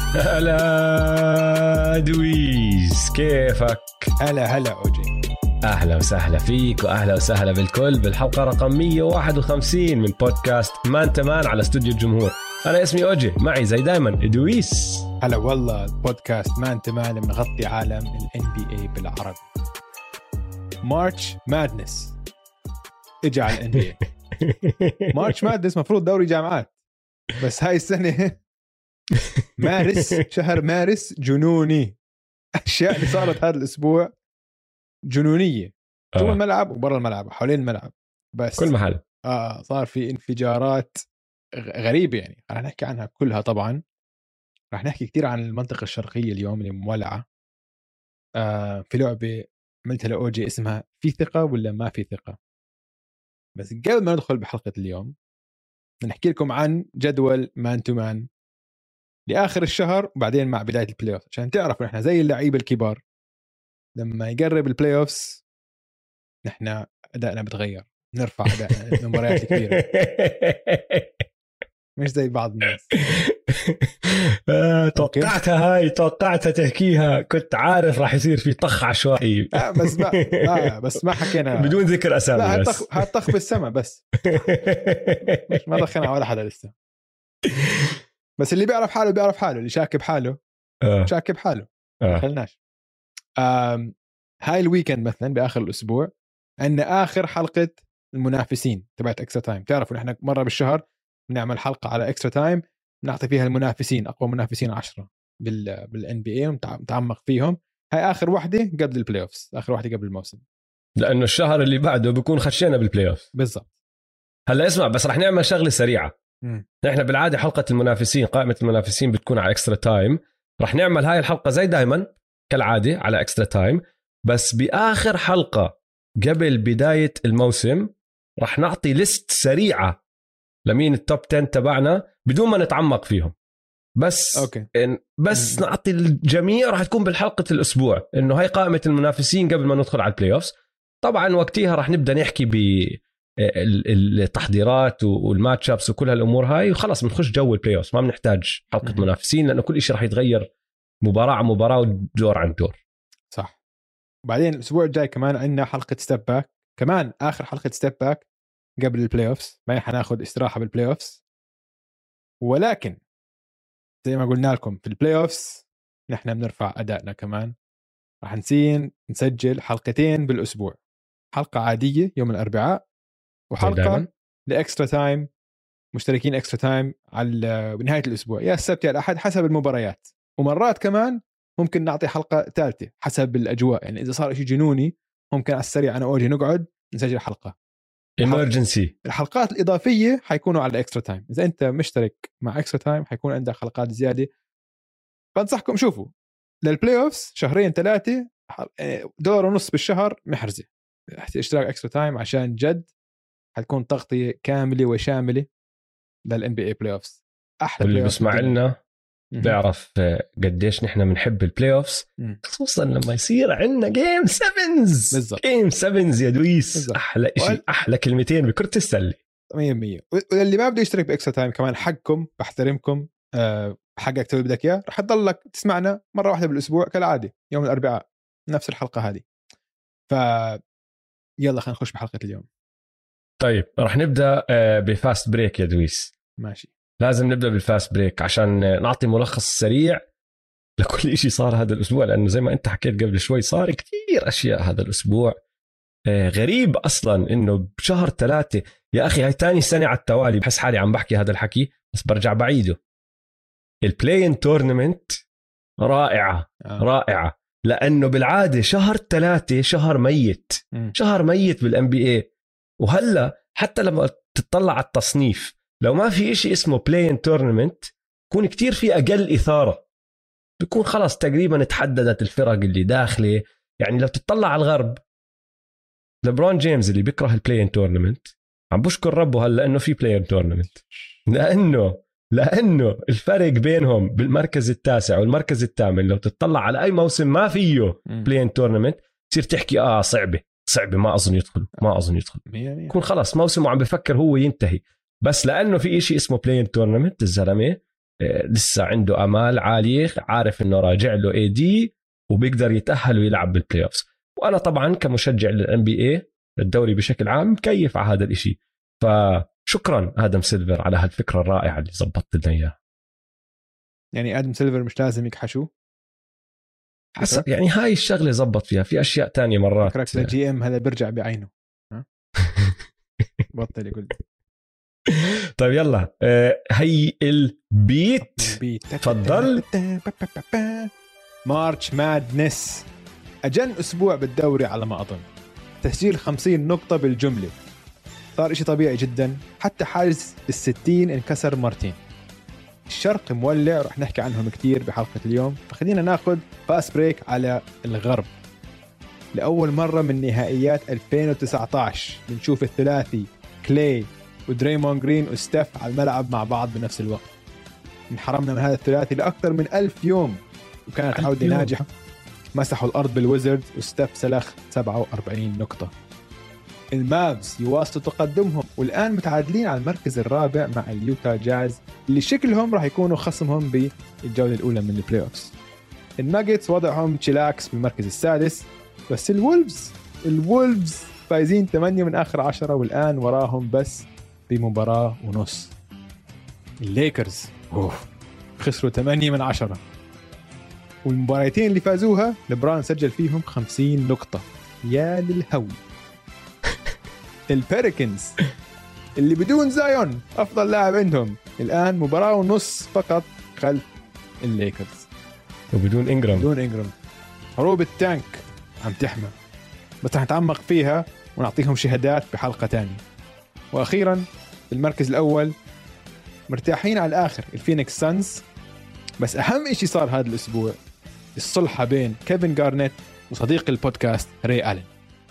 هلا دويز، كيفك؟ هلا اوجي. اهلا وسهلا فيك واهلا وسهلا بالكل بالحلقه رقم 151 من بودكاست مان تمان على استوديو الجمهور. انا اسمي اوجي، معي زي دايما دويس. هلا والله، بودكاست مان تمان بنغطي عالم ال NBA بالعربي. مارتش مادنس اجى على ال NBA. مارتش مادنس مفروض دوري جامعات، بس هاي السنه مارس، شهر مارس جنوني. اشياء اللي صارت هذا الاسبوع جنونيه، جوا الملعب وبرا الملعب وحوالين الملعب، بس كل محل صار في انفجارات غريبه. يعني رح نحكي عنها كلها. طبعا رح نحكي كتير عن المنطقه الشرقيه اليوم اللي مولعه. في لعبه عملتها لأوجي اسمها في ثقه ولا ما في ثقه. بس قبل ما ندخل بحلقه اليوم نحكي لكم عن جدول مان تو مان لاخر الشهر، وبعدين مع بدايه البلاي اوف، عشان تعرفوا احنا زي اللعيبه الكبار لما يقرب البلاي اوفس نحن ادائنا بتغير، نرفع ادائنا المباريات الكبيره، مش زي بعض الناس. توقعتها هاي، توقعتها تحكيها، كنت عارف راح يصير في طخ عشوائي. بس ما حكينا بدون ذكر اسامي. لا هالطخ بالسما بس مش ما دخلنا ولا حدا لسه. بس اللي بيعرف حاله بيعرف حاله، اللي شاكب حاله شاكب حاله. دخلناش. هاي الويكند مثلا باخر الاسبوع عندنا اخر حلقه المنافسين تبعت اكسترا تايم. تعرفوا نحن مره بالشهر بنعمل حلقه على اكسترا تايم نعطي فيها المنافسين، اقوى منافسين 10 بالان بي اي، ونتعمق فيهم. هاي اخر واحده قبل البلاي اوفز، اخر واحده قبل الموسم، لانه الشهر اللي بعده بيكون خشينا بالبلاي اوف. بالضبط. هلا اسمع، بس رح نعمل شغله سريعه. نحن بالعاده حلقه المنافسين، قائمه المنافسين بتكون على اكسترا تايم. رح نعمل هاي الحلقه زي دايما كالعاده على اكسترا تايم، بس باخر حلقه قبل بدايه الموسم رح نعطي ليست سريعه لمين التوب 10 تبعنا بدون ما نتعمق فيهم، بس أوكي. بس نعطي الجميع. رح تكون بالحلقه الاسبوع انه هاي قائمه المنافسين قبل ما ندخل على البلاي اوفز. طبعا وقتها رح نبدا نحكي بالتحضيرات والماتش ابس وكل هالامور هاي، وخلص بنخش جو البلاي اوفز، ما بنحتاج حلقه منافسين لانه كل شيء رح يتغير مباراه عن مباراه ودور عن دور. صح. وبعدين الاسبوع الجاي كمان عندنا حلقه ستيب باك، كمان اخر حلقه ستيب باك قبل البلاي اوفز. ما حناخذ استراحه بالبلاي اوفز، ولكن زي ما قلنا لكم في البلاي اوفز نحن بنرفع ادائنا كمان. راح نسجل حلقتين بالاسبوع، حلقه عاديه يوم الاربعاء وحلقه لاكسترا تايم، مشتركين اكسترا تايم على بنهايه الاسبوع، يا السبت يا الاحد حسب المباريات. ومرات كمان ممكن نعطي حلقه ثالثه حسب الاجواء، يعني اذا صار شيء جنوني ممكن على السريع انا واجي نقعد نسجل حلقه إمرجنسي. الحلقات الإضافية حيكونوا على إكسترا تايم. إذا أنت مشترك مع إكسترا تايم حيكون عندك حلقات زيادة. بنصحكم شوفوا للبلاي أوفس شهرين 3 دور ونص بالشهر محرزة اشتراك إكسترا تايم، عشان جد حتكون تغطية كاملة وشاملة للان بي اي بلاي أوفس. أحلى واللي بسمع لنا بيعرف قديش نحن بنحب البلاي أوفس، خصوصا لما يصير عندنا جيم 7. جيم 7 يا دويس بالزبط. أحلى إشي أحلى كلمتين بكرة السلة 100%. واللي ما بده يشترك بإكسترا تايم كمان حقكم، بحترمكم، حقك تسوي بدك إياه. رح تضلك تسمعنا مرة واحدة بالأسبوع كالعادة يوم الأربعاء، نفس الحلقة هذه. يلا خلينا نخش بحلقة اليوم. طيب رح نبدأ بفاست بريك يا دويس. ماشي، لازم نبدأ بالفاست بريك عشان نعطي ملخص سريع لكل إشي صار هذا الأسبوع، لأنه زي ما أنت حكيت قبل شوي صار كتير أشياء هذا الأسبوع. غريب أصلا إنه بشهر 3 يا أخي، هاي تاني سنة على التوالي بحس حالي عم بحكي هذا الحكي بس برجع بعيده. البلاين تورنمنت رائعة رائعة، لأنه بالعادة شهر 3 شهر ميت، شهر ميت بالان بي اي. وهلا حتى لما تطلع على التصنيف لو ما في إشي اسمه بلاين تورنمنت يكون كتير في أقل إثارة، بيكون خلاص تقريبا تحددت الفرق اللي داخله. يعني لو تطلع على الغرب لبرون جيمس اللي بيكره البلاين تورنمنت عم بشكر ربه هلا انه في بلاين تورنمنت، لانه الفرق بينهم بالمركز التاسع والمركز الثامن لو تطلع على اي موسم ما فيه بلاين تورنمنت تصير تحكي صعبة ما اظن يدخل يكون خلاص موسمه عم بفكر هو ينتهي. بس لانه في إشي اسمه بلاين تورنمنت الزلمه لسه عنده امال عاليه، عارف انه راجع له اي دي وبيقدر يتاهل ويلعب بالبلاي اوفز. وانا طبعا كمشجع للان بي اي الدوري بشكل عام مكيف على هذا الاشي. فشكرا ادم سيلفر على هالفكره الرائعه اللي زبطت لنا اياها. يعني ادم سيلفر مش لازم يكحشوه حسب يعني هاي الشغله زبط فيها، في اشياء تانية مرات فكرك الجي ام هذا بيرجع بعينه بطل يقول. طيب يلا هي البيت تفضل. مارش مادنس، أجن أسبوع بالدوري على ما أظن، تسجيل 50 نقطة بالجملة، صار إشي طبيعي جدا، حتى حاجز 60 انكسر مرتين. الشرق مولع، رح نحكي عنهم كتير بحلقة اليوم، فخلينا ناخد باس بريك على الغرب. لأول مرة من نهائيات 2019 بنشوف الثلاثي كلاي ودريمون جرين وستيف على الملعب مع بعض بنفس الوقت. انحرمنا من هذا الثلاثي لأكثر من 1000 يوم، وكانت عودة ناجحة. مسحوا الأرض بالويزرد وستيف سلخ 47 نقطة. المافز يواصلوا تقدمهم والآن متعادلين على المركز الرابع مع اليوتا جاز اللي شكلهم راح يكونوا خصمهم بالجولة الأولى من البلاي أوفز. الناجتس وضعهم تشيلاكس بالمركز السادس، بس الولفز فايزين 8 من آخر 10 والآن وراهم بس بمباراة ونص. الليكرز خسروا 8 من 10، والمباراتين اللي فازوها لبران سجل فيهم 50 نقطة. يا للهول. البيريكنز اللي بدون زايون أفضل لاعب عندهم الآن مباراة ونص فقط خلف الليكرز، وبدون إنجرام. حروب التانك عم تحمى، بس رح نتعمق فيها ونعطيهم شهادات بحلقة تانية. وأخيرا المركز الأول مرتاحين على الآخر الفينيكس سانز، بس أهم إشي صار هذا الأسبوع الصلحة بين كيفن غارنيت وصديق البودكاست ري آلن.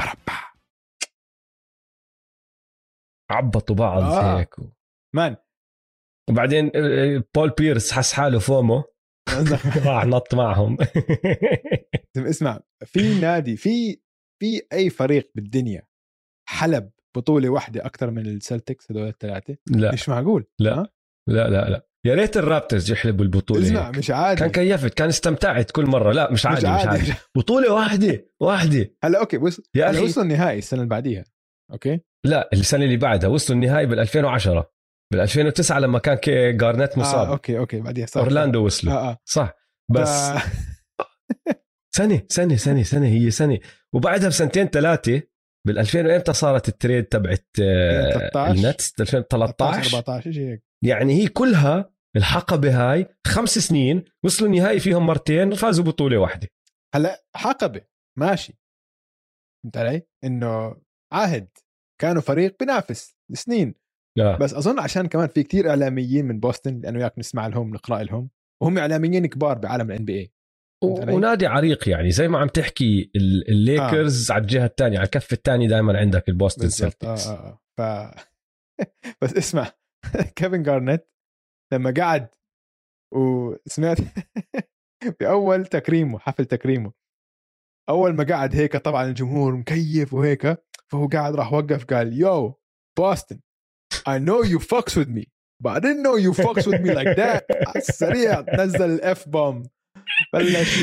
عبطوا بعض هيك مان. وبعدين بول بيرس حس حاله فومو راح نط معهم. اسمع، في نادي في أي فريق بالدنيا حلب بطولة واحدة أكتر من السلتكس هذول الثلاثة؟ لا مش معقول. لا يا ريت الرابترز يحلبوا البطولة. اسمع مش عادي، كان كيفت، كان استمتعت كل مرة. لا مش عادي. بطولة واحدة. هلا أوكي يا أخي وصلوا النهائي السنة اللي بعديها. أوكي لا السنة اللي بعدها وصلوا النهائي بال2010 بال2009 لما كان غارنيت مصاب. أوكي بعديها صح. أورلاندو وصلوا صح. بس سنة هي سنة، وبعدها بسنتين ثلاثة بال2000 امتى صارت التريد تبعت النتس 2013 14 هيك. يعني هي كلها الحقبة هاي 5 سنين وصلوا النهائي فيهم مرتين وفازوا بطولة واحدة. هلا حقبة ماشي، فهمت علي؟ انه عهد كانوا فريق بينافس لسنين. بس اظن عشان كمان في كتير اعلاميين من بوسطن، لانه ياك نسمع لهم نقرا لهم، وهم اعلاميين كبار بعالم الان بي اي ونادي عريق. يعني زي ما عم تحكي الليكرز على الجهة الثانية، على الكف الثاني دائما عندك البوستن سيلتكس. بس اسمع كيفن غارنيت لما قعد وسمعت بأول تكريمه، حفل تكريمه، أول ما قعد هيك طبعا الجمهور مكيف وهيك، فهو قاعد راح وقف قال يو بوستن I know you fucks with me but I didn't know you fucks with me like that. السريع نزل الإف بوم بلش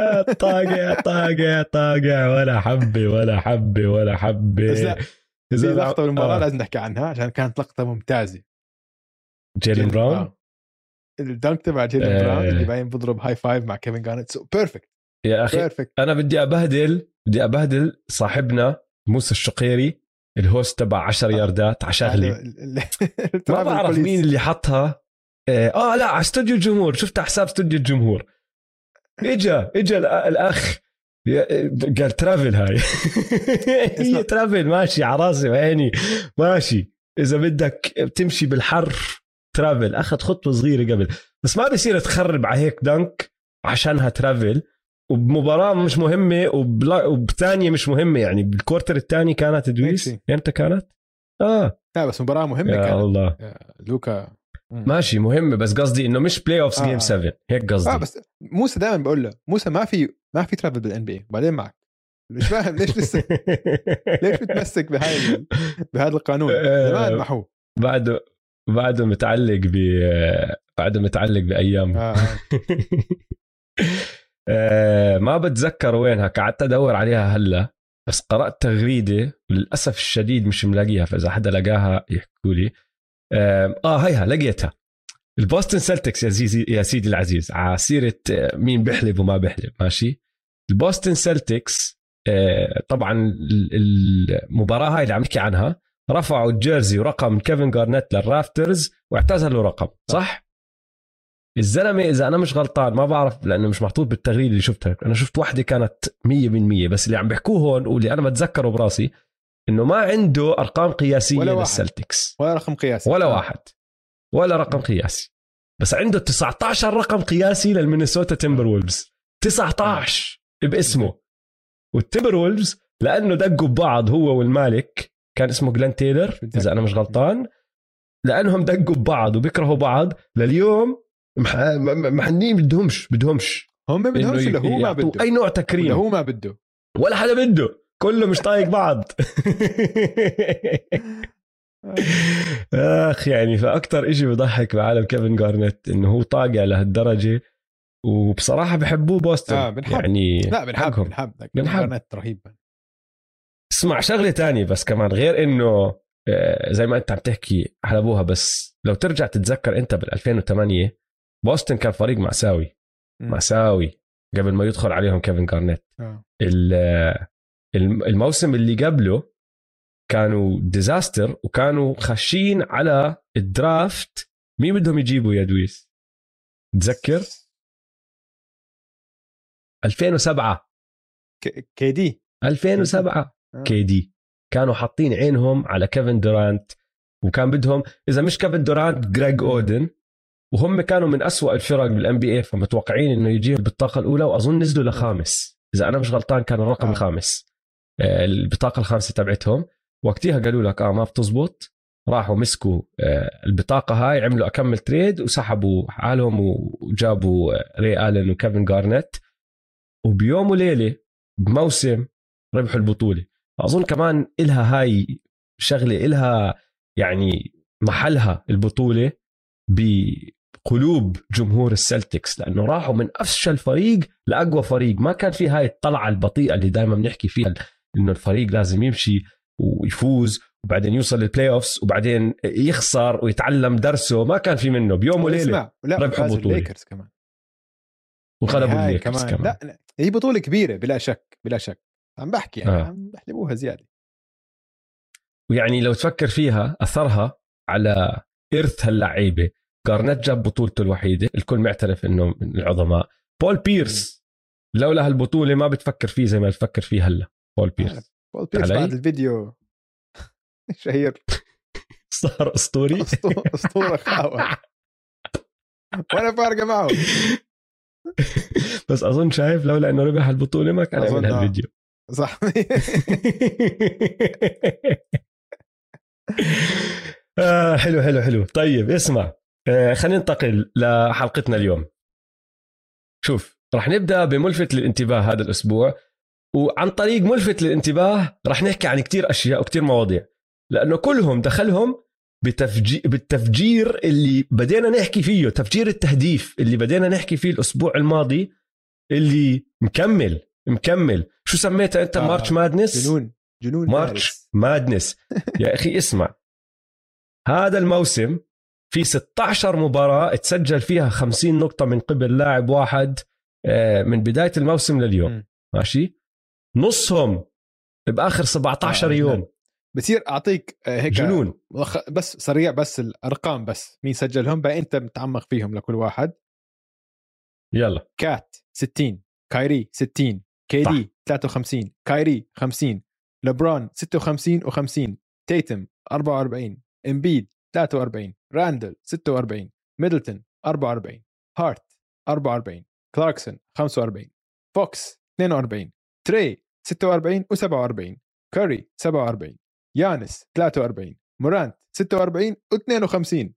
طاقع ولا حبة. بس لا في لقطة بالمباراة لازم نحكي عنها عشان كانت لقطة ممتازة. جيلين براون الدنك تبع جيلين براون اللي باين بضرب هاي فايف مع كيفن غارنيت. سو بيرفكت يا أخي perfect. أنا بدي أبهدل صاحبنا موسى الشقيري الهوست تبع 10 ياردات عشغلي ما بعرف مين اللي حطها. لا على استوديو الجمهور، شفت حساب استوديو الجمهور اجا الأخ قال ترافل هاي هي ترافل ماشي على راسي وعيني ماشي، إذا بدك تمشي بالحر ترافل. أخذ خطوة صغيرة قبل، بس ما بيصير تخرب على هيك دنك عشانها ترافل وبمباراة مش مهمة وبثانية مش مهمة. يعني بالكورتر الثاني كانت دويس امتى كانت؟ لا بس مباراة مهمة يا كانت الله. لوكا ماشي مهمة، بس قصدي انه مش بلاي اوفز جيم 7 هيك قصدي. بس موسى دائما بقول له موسى ما في ترافل بالان بي. بعدين معك مش فاهم ليش لسه ليش متمسك بهذا القانون زمان محو بعده بعده متعلق بايام. ما بتذكر وينها، قعدت ادور عليها هلا، بس قرأت تغريدة للأسف الشديد مش ملاقيها، فإذا حدا لقاها يحكوا لي. هيها لقيتها. البوستن سلتكس يا سيدي العزيز، على سيرة مين بيحلب وما بيحلب، ماشي. البوستن سلتكس طبعا المباراة هاي اللي عم نحكي عنها، رفعوا الجيرزي ورقم كيفن غارنيت للرافترز واعتزلوا رقم، صح؟ الزلمة إذا أنا مش غلطان، ما بعرف لأنه مش محطوط بالتغريدة اللي شفتها، أنا شفت واحدة كانت 100%، بس اللي عم بيحكوه هون واللي أنا بتذكره براسي إنه ما عنده أرقام قياسية للسلتكس، ولا رقم قياسي، ولا واحد، ولا رقم قياسي، بس عنده 19 رقم قياسي للمينيسوتا تيمبر وولفز، 19 باسمه. والتيمبر وولفز لأنه دقوا ببعض هو والمالك، كان اسمه جلين تايلر إذا أنا مش غلطان، لأنهم دقوا ببعض وبيكرهوا بعض لليوم، محنين بدهمش هم ما بدهمش، اللي هو ما بده اي نوع تكريم، هو ما بده، ولا حدا بده، كله مش طايق بعض. اخ يعني، فاكتر إشي بضحك بعالم كيفن غارنيت انه هو طاقع لهالدرجه، وبصراحه بحبوه بوستن. بنحب. يعني لا بنحب غارنيت رهيب. اسمع شغله تانية بس كمان، غير انه زي ما انت عم تحكي حلبوها، بس لو ترجع تتذكر انت بال 2008 بوستن كان فريق مأساوي قبل ما يدخل عليهم كيفن غارنيت. الموسم اللي قبله كانوا ديزاستر، وكانوا خاشين على الدرافت. مين بدهم يجيبوا يا دويس؟ تذكر 2007 كيدي 2007 كيدي كانوا حاطين عينهم على كيفن دورانت، وكان بدهم إذا مش كيفن دورانت غريغ أودن، وهم كانوا من أسوأ الفرق بالان بي اي، فمتوقعين انه يجيهم بالبطاقه الاولى، واظن نزلوا لخامس اذا انا مش غلطان، كان الرقم الخامس، البطاقه الخامسه تبعتهم. وقتها قالوا لك ما بتزبط، راحوا مسكوا البطاقه هاي، عملوا اكمل تريد وسحبوا حالهم وجابوا ري آلن وكيفن غارنيت، وبيوم وليله بموسم ربحوا البطوله. اظن كمان إلها هاي شغله، إلها يعني محلها البطوله بقلوب جمهور السلتكس، لأنه راحوا من أفشل فريق لأقوى فريق. ما كان في هاي الطلعة البطيئة اللي دائما بنحكي فيها، إنه الفريق لازم يمشي ويفوز وبعدين يوصل للبلاي أوفس وبعدين يخسر ويتعلم درسه. ما كان في منه، بيوم وليلة ربحوا بطولة كمان، وغلبوا الليكرز كمان. لا هي بطولة كبيرة بلا شك عم بحكي يعني عم بحلبوها زيادة. ويعني لو تفكر فيها أثرها على إرث هاللعيبة. غارنيت جاب بطولته الوحيدة، الكل معترف إنه من العظماء. بول بيرس لولا هالبطولة ما بتفكر فيه زي ما بتفكر فيه هلا. بول بيرس بعد الفيديو شهير صار أسطوري. أسطورة خاوة وأنا فارقة معه. بس أظن شايف لولا إنه ربح البطولة ما كان عمل هالفيديو. صح. حلو. طيب اسمع، خلينا ننتقل لحلقتنا اليوم. شوف، رح نبدأ بملفت للانتباه هذا الأسبوع، وعن طريق ملفت للانتباه رح نحكي عن كتير أشياء وكتير مواضيع، لأنه كلهم دخلهم بالتفجير اللي بدينا نحكي فيه، تفجير التهديف اللي بدينا نحكي فيه الأسبوع الماضي، اللي مكمل. شو سميتها أنت؟ مارش مادنس. جنون مارش مادنس. يا أخي اسمع، هذا الموسم في 16 مباراة تسجل فيها 50 نقطة من قبل لاعب واحد من بداية الموسم لليوم. ماشي، نصهم بآخر 17 يوم. بصير أعطيك هيك جنون، بس سريع، بس الأرقام، بس مين سجلهم بقى أنت متعمق فيهم لكل واحد. يلا. كات 60، كايري 60، كيدي 53، كايري 50، لبران 56 و50، تيتم 44، امبيد 43، راندل 46، ميدلتون 44، هارت 44، كلاركسون 45، فوكس 42، تري 46 و47، كاري 47، يانس 43، مورانت 46 و52.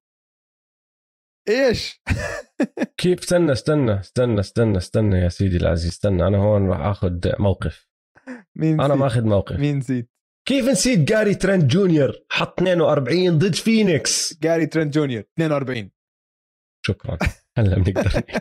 ايش؟ كيف؟ استنى يا سيدي العزيز، استنى، انا هون راح اخذ موقف. مين انا ماخذ موقف. مين زيد؟ كيف نسيت جاري ترينت جونيور حط 42 ضد فينيكس. جاري ترينت جونيور 42. شكرا. هلا بنقدر نحكي.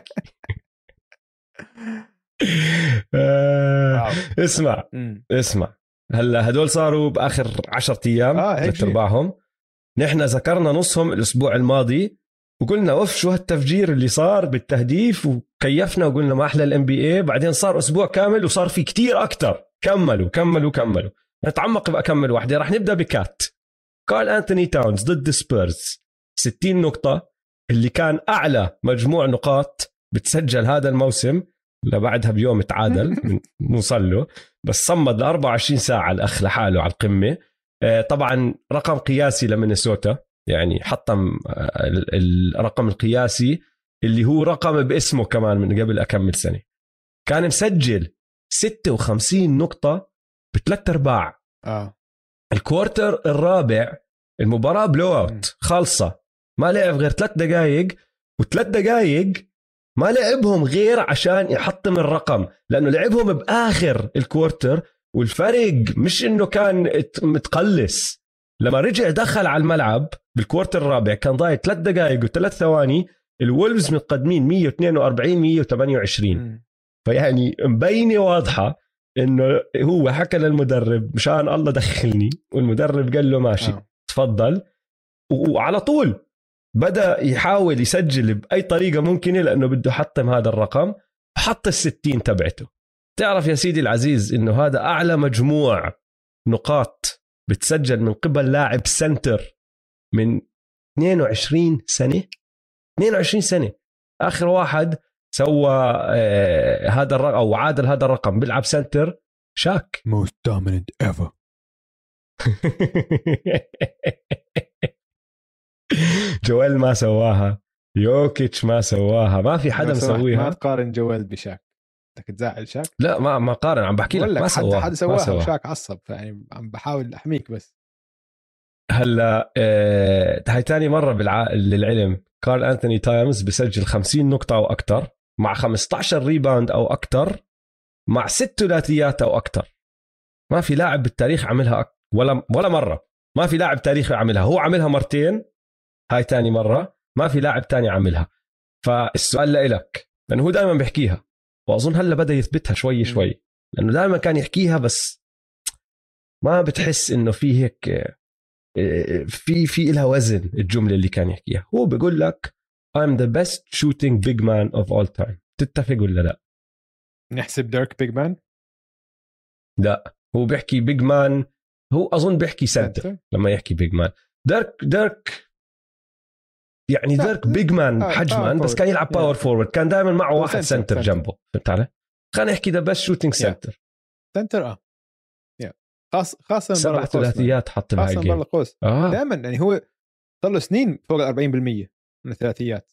اسمع هلا هدول صاروا باخر 10 ايام 3/4. نحن ذكرنا نصهم الاسبوع الماضي وقلنا اوف شو هالتفجير اللي صار بالتهديف وكيفنا وقلنا ما احلى الام بي اي. بعدين صار اسبوع كامل وصار في كتير اكتر. كملوا نتعمق بأكمل واحدة. راح نبدأ بكات. كارل أنتوني تاونز ضد سبيرز 60 نقطة اللي كان أعلى مجموع نقاط بتسجل هذا الموسم. لبعدها بيوم تعادل نوصل له بس صمد ل24 ساعة الأخ لحاله على القمة. طبعا رقم قياسي لمينيسوتا يعني حطم الرقم القياسي اللي هو رقم باسمه كمان من قبل أكمل سنة. كان مسجل 56 نقطة ب3/4. الكوارتر الرابع المباراة بلو اوت خالصة ما لعب غير 3 دقائق و3 دقائق ما لعبهم غير عشان يحطم الرقم لأنه لعبهم بآخر الكوارتر والفرق مش إنه كان متقلص. لما رجع دخل على الملعب بالكوارتر الرابع كان ضايع 3 دقائق و3 ثواني. الولفز متقدمين 142-128. فيعني مبينة واضحة إنه هو حكى للمدرب مشان الله دخلني والمدرب قال له ماشي تفضل. وعلى طول بدأ يحاول يسجل بأي طريقة ممكنة لأنه بده يحطم هذا الرقم. حط 60 تبعته. تعرف يا سيدي العزيز إنه هذا أعلى مجموع نقاط بتسجل من قبل لاعب سنتر من 22 سنة. 22 سنة آخر واحد سوى هذا الرقم أو عادل هذا الرقم بيلعب سنتر شاك. most dominant ever. جوال ما سواها. يوكيتش ما سواها. ما في حدا مسويها. ما تقارن جوال بشاك. بدك تزعل شاك. لا ما قارن. عم بحكي لك ما سواها. حد سواها شاك عصب. يعني عم بحاول أحميك بس. هلا هاي تاني مرة للعلم كارل أنتوني تايمز بسجل 50 نقطة أو أكتر مع 15 ريباوند أو أكتر مع 6 ثلاثيات أو أكتر. ما في لاعب بالتاريخ عملها ولا مرة. ما في لاعب تاريخي عملها. هو عملها مرتين. هاي تاني مرة. ما في لاعب تاني عملها. فالسؤال لإلك لأنه هو دائما بيحكيها وأظن هلا بدأ يثبتها شوي لأنه دائما كان يحكيها بس ما بتحس إنه في هيك في إلها وزن. الجملة اللي كان يحكيها هو بيقول لك I'm the best shooting big man of all time. تتفق ولا لا؟ نحسب ديرك بيج مان؟ لا هو بيحكي بيج مان. هو أظن بيحكي سنتر لما يحكي بيج مان. ديرك يعني ديرك بيج مان حجما بس كان يلعب باور فورورد. كان دائما معه واحد سنتر جنبه. فهمت علي؟ خلينا نحكي ذا بيست شوتينج سنتر. سنتر خاصة 7 ثلاثيات حط بهاي الجيم. دائما يعني هو صار له سنين فوق 40% من الثلاثيات.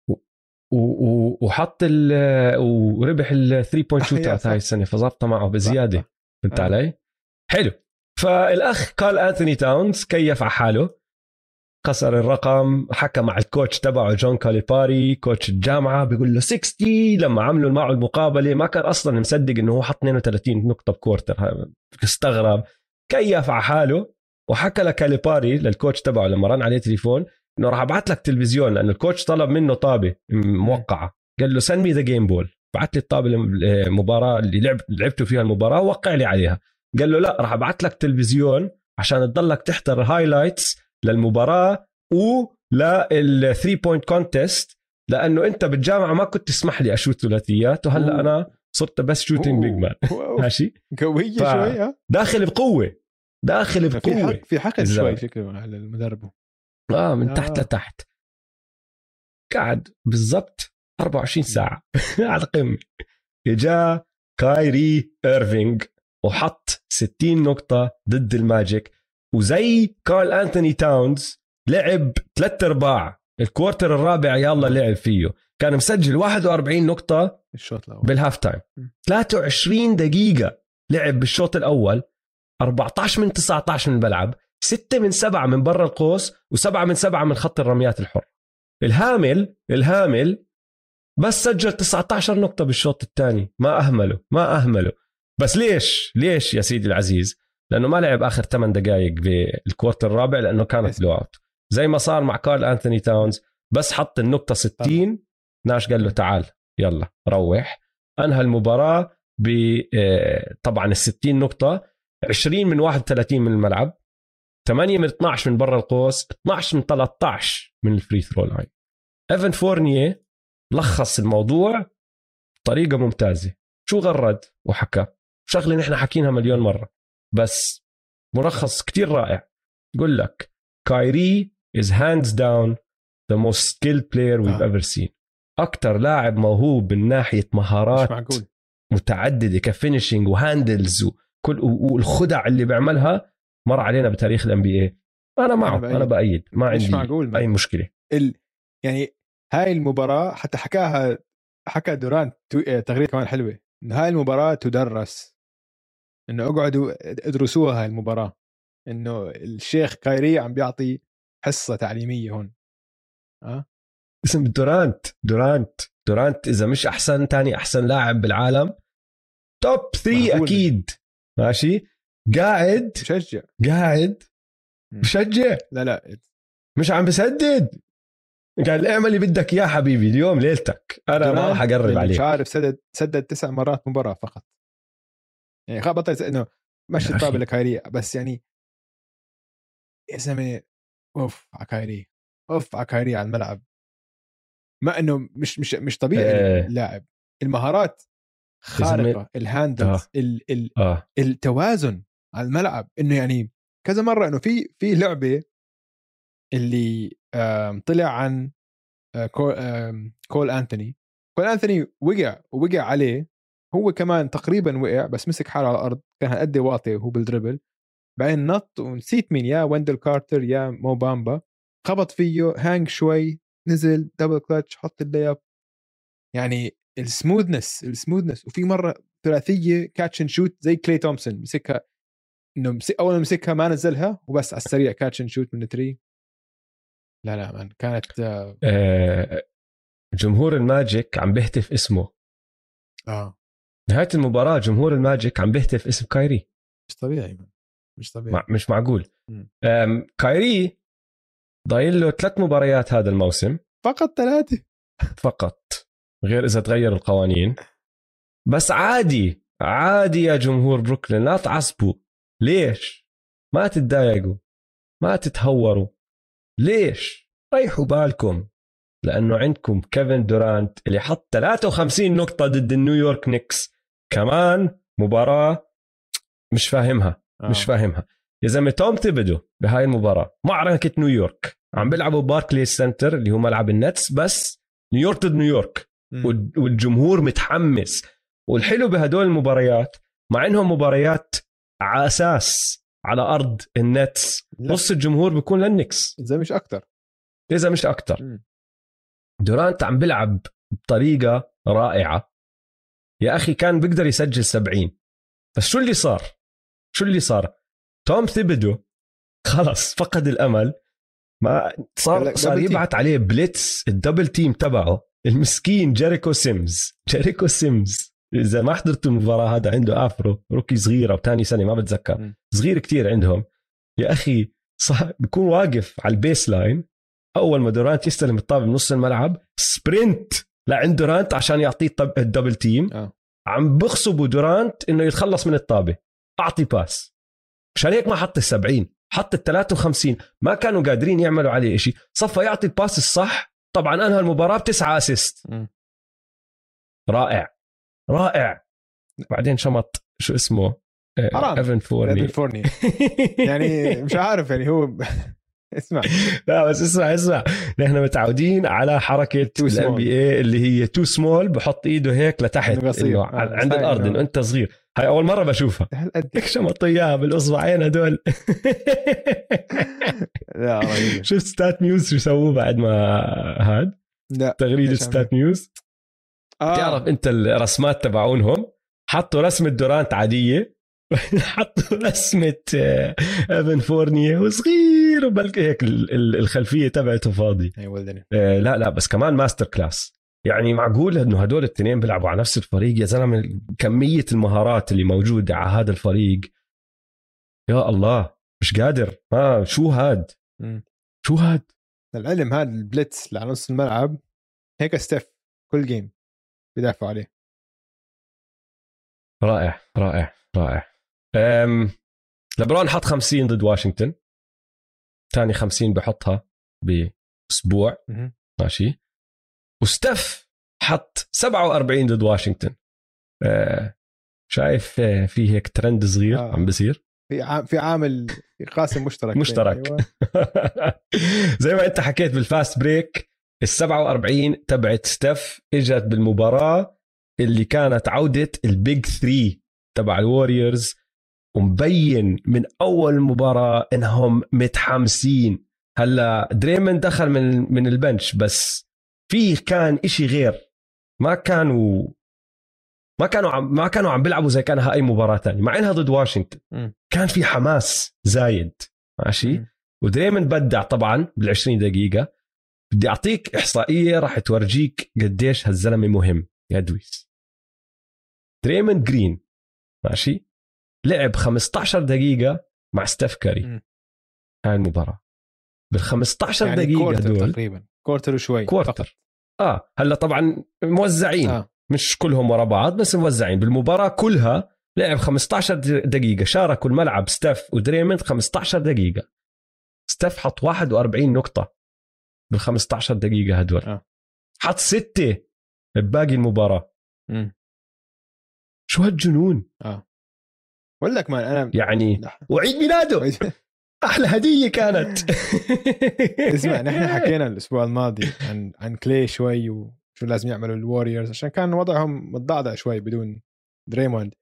وحط وربح ال 3 بوينت شوت هاي السنة فظبطه معه بزيادة. فهمت علي؟ حلو. فالأخ كارل أنتوني تاونز كيف على حاله. كسر الرقم. حكى مع الكوتش تبعه جون كاليباري كوتش الجامعة بيقول له 60. لما عملوا معه المقابلة ما كان أصلا مصدق إنه هو حط 32 نقطة بكورتر. استغرب. كيف على حاله وحكى لكاليباري للكوتش تبعه لما رن عليه تليفون إنه راح أبعت لك تلفزيون لأن الكوتش طلب منه طابة موقعة. قال له send me the game ball. بعت لي الطابة المباراة اللي لعبته فيها المباراة ووقع لي عليها. قال له لا راح أبعت لك تلفزيون عشان تضلك تحضر هايلايتس للمباراة ولل 3 بوينت كونتست لأنه أنت بالجامعة ما كنت تسمح لي أشوت ثلاثيات وهلأ أنا صرت بس شوتينج بيج مان. ماشي قوية شوية. داخل بقوة. في حقد شوي شكله على المدرب. من تحت لتحت. قاعد بالضبط 24 ساعة على القمة. جاء كايري إيرفينغ وحط 60 نقطة ضد الماجيك وزي كارل أنتوني تاونز لعب 3/4 الكوارتر الرابع يلا لعب فيه. كان مسجل 41 نقطة بالهاف تايم. 23 دقيقة لعب بالشوط الأول. 14 من 19 من الملعب. 6 من 7 من برا القوس و7 من 7 من خط الرميات الحر. الهامل بس سجل 19 نقطة بالشوط الثاني. ما أهمله. بس ليش يا سيدي العزيز؟ لانه ما لعب اخر 8 دقائق بالكوارتر الرابع لانه كانت بلو اوت، زي ما صار مع كارل أنثوني تاونز. بس حط النقطه 60 ناش قال له تعال يلا روح. انهى المباراه ب طبعا ال60 نقطه، 20 من 31 من الملعب، 8 من 12 من برا القوس، 12 من 13 من الفري ثرو لاين. ايفن فورنيه لخص الموضوع بطريقه ممتازه. شو غرد وحكى شغله نحن حكيناها مليون مره، بس ملخص كتير رائع. يقول لك كايري is hands down the most skilled player we've ever seen. أكتر لاعب موهوب من ناحية مهارات متعددة كفينيشنج وهاندلز وكل والخدع اللي بيعملها مر علينا بتاريخ الNBA. أنا معه، أنا بأيد، ما عندي أي مشكلة. يعني هاي المباراة حتى حكى دورانت تغريدة كمان حلوة، إنه هاي المباراة تدرس، إنه اقعدوا ادرسوها هاي المباراة، إنه الشيخ كايري عم بيعطي حصة تعليمية هون. اسم دورانت إذا مش أحسن تاني أحسن لاعب بالعالم، توب 3 أكيد. ماشي قاعد بشجع لا مش عم بسدد. قال اعمل اللي بدك يا حبيبي، اليوم ليلتك، أنا ما راح أقرب عليك. مش عارف سدد 9 مرات مباراة فقط، يعني بطل إنه مشي الطابة لكايري. بس يعني يا زلمة اوف على كايري على الملعب، ما انه مش طبيعي. اللاعب المهارات خارقه، الهاندلز التوازن على الملعب، انه يعني كذا مره انه في لعبه اللي طلع عن كول أنثوني وقع عليه، هو كمان تقريبا وقع بس مسك حاله على الارض، كان قد واطي وهو بالدربل، بعدين نط ونسيت مين، يا ويندل كارتر يا مو بامبا، خبط فيه هانج شوي، نزل دبل كلاتش، حط اللياب. يعني السموذنس. وفي مرة ثلاثية كاتش اند شوت زي كلي تومسون، مسكها انه اول ما مسكها ما نزلها وبس على السريع كاتش اند شوت من 3. لا مان كانت جمهور الماجيك عم بيهتف اسمه. نهاية المباراة جمهور الماجيك عم بيهتف اسم كايري. مش طبيعي. مش معقول. كايري ضايل له 3 مباريات هذا الموسم، فقط 3 فقط، غير إذا تغير القوانين. بس عادي يا جمهور بروكلين، لا تعصبوا. ليش ما تتضايقوا؟ ما تتهوروا؟ ليش؟ ريحوا بالكم، لأنه عندكم كيفن دورانت اللي حط 53 نقطة ضد النيويورك نيكس. كمان مباراة مش فاهمها. يا زلمة توم تيبدو بهاي المباراة معركة نيويورك، عم بيلعبوا باركليز سنتر اللي هو ملعب النتس، بس نيويورك ضد نيويورك، والجمهور متحمس. والحلو بهدول المباريات مع انهم مباريات على اساس على ارض النتس، نص الجمهور بيكون للنكس اذا مش اكتر. دورانت عم بيلعب بطريقة رائعة يا اخي، كان بيقدر يسجل 70. بس شو اللي صار توم ثيبدو خلص فقد الامل، ما صار يبعت عليه بليتس، الدبل تيم تبعه المسكين جيريكو سيمز. إذا ما حضرتوا المباراة، هذا عنده أفرو، روكي صغيرة وتاني سنة ما بتذكر، صغير كتير عندهم يا أخي. بيكون واقف على البيس لاين، أول ما دورانت يستلم الطابة بنص الملعب، سبرنت لعند دورانت عشان يعطيه الدبل تيم. عم بغصبوا دورانت إنه يتخلص من الطابة، أعطي باس. مشان هيك ما حط 70، حط 53. ما كانوا قادرين يعملوا عليه إشي، صفى يعطي الباس الصح. طبعا أنهى المباراة ب9 أسيست. رائع. بعدين شمط شو اسمه ايفن فورني يعني مش عارف يعني هو اسمع. لا بس اسمع نحن متعودين على حركة الNBA اللي هي تو سمول، بحط ايده هيك لتحت إنه عند الارض انه انت صغير. هاي اول مرة بشوفها. شمط اياها بالاصبعين هدول. شفت ستات نيوز شو سووا بعد ما هاد تغريدة ستات نيوز؟ تعرف انت الرسمات تبعونهم حطوا رسمة دورانت عادية، حطوا رسمة ايفن فورنيه وصغير، وبلكي هيك الخلفية تبعته فاضي. لا بس كمان ماستر كلاس. يعني معقول انه هدول الاثنين بيلعبوا على نفس الفريق؟ يا زلمة كمية المهارات اللي موجودة على هذا الفريق يا الله مش قادر، ما شو هاد شو هاد العلم هذا البليتس اللي على نص الملعب هيك ستيف كل جيم بيدافعوا عليه. رائع رائع رائع. لبرون حط 50 ضد واشنطن، تاني 50 بحطها بأسبوع ماشي. وستيف حط 47 ضد واشنطن. شايف في هيك ترند صغير عم بصير، في عامل قاسم مشترك أيوة. زي ما انت حكيت بالفاست بريك، ال47 تبعت ستيف اجت بالمباراة اللي كانت عودة البيج 3 تبع الواريورز، ومبين من اول مباراة انهم متحمسين. هلا دريمن دخل من البنش، بس فيه كان اشي غير، ما كانوا عم بيلعبوا زي كانها اي مباراة تانية، مع انها ضد واشنطن كان في حماس زايد ماشي. ودريمن بدع طبعا بال20 دقيقة. بدي اعطيك احصائية راح تورجيك قديش هالزلمة مهم يا دويس. دريمن جرين ماشي لعب 15 دقيقة مع ستيف كاري هاي المباراة. بال15 يعني دقيقة دول تقريبا كورتر وشوي كورتر. هلا طبعا موزعين مش كلهم ورا بعض، بس موزعين بالمباراة كلها. لعب 15 دقيقة، شاركوا الملعب ستيف ودريمن 15 دقيقة. ستيف حط 41 نقطة بال15 دقيقة هدول. حط 6 بباقي المباراة. شو هالجنون. بقول لك ما انا يعني وعيد ميلاده احلى هديه كانت. اسمع، نحن حكينا الاسبوع الماضي عن كلي شوي وشو لازم يعملوا الواريورز عشان كان وضعهم متضعضع شوي بدون دريموند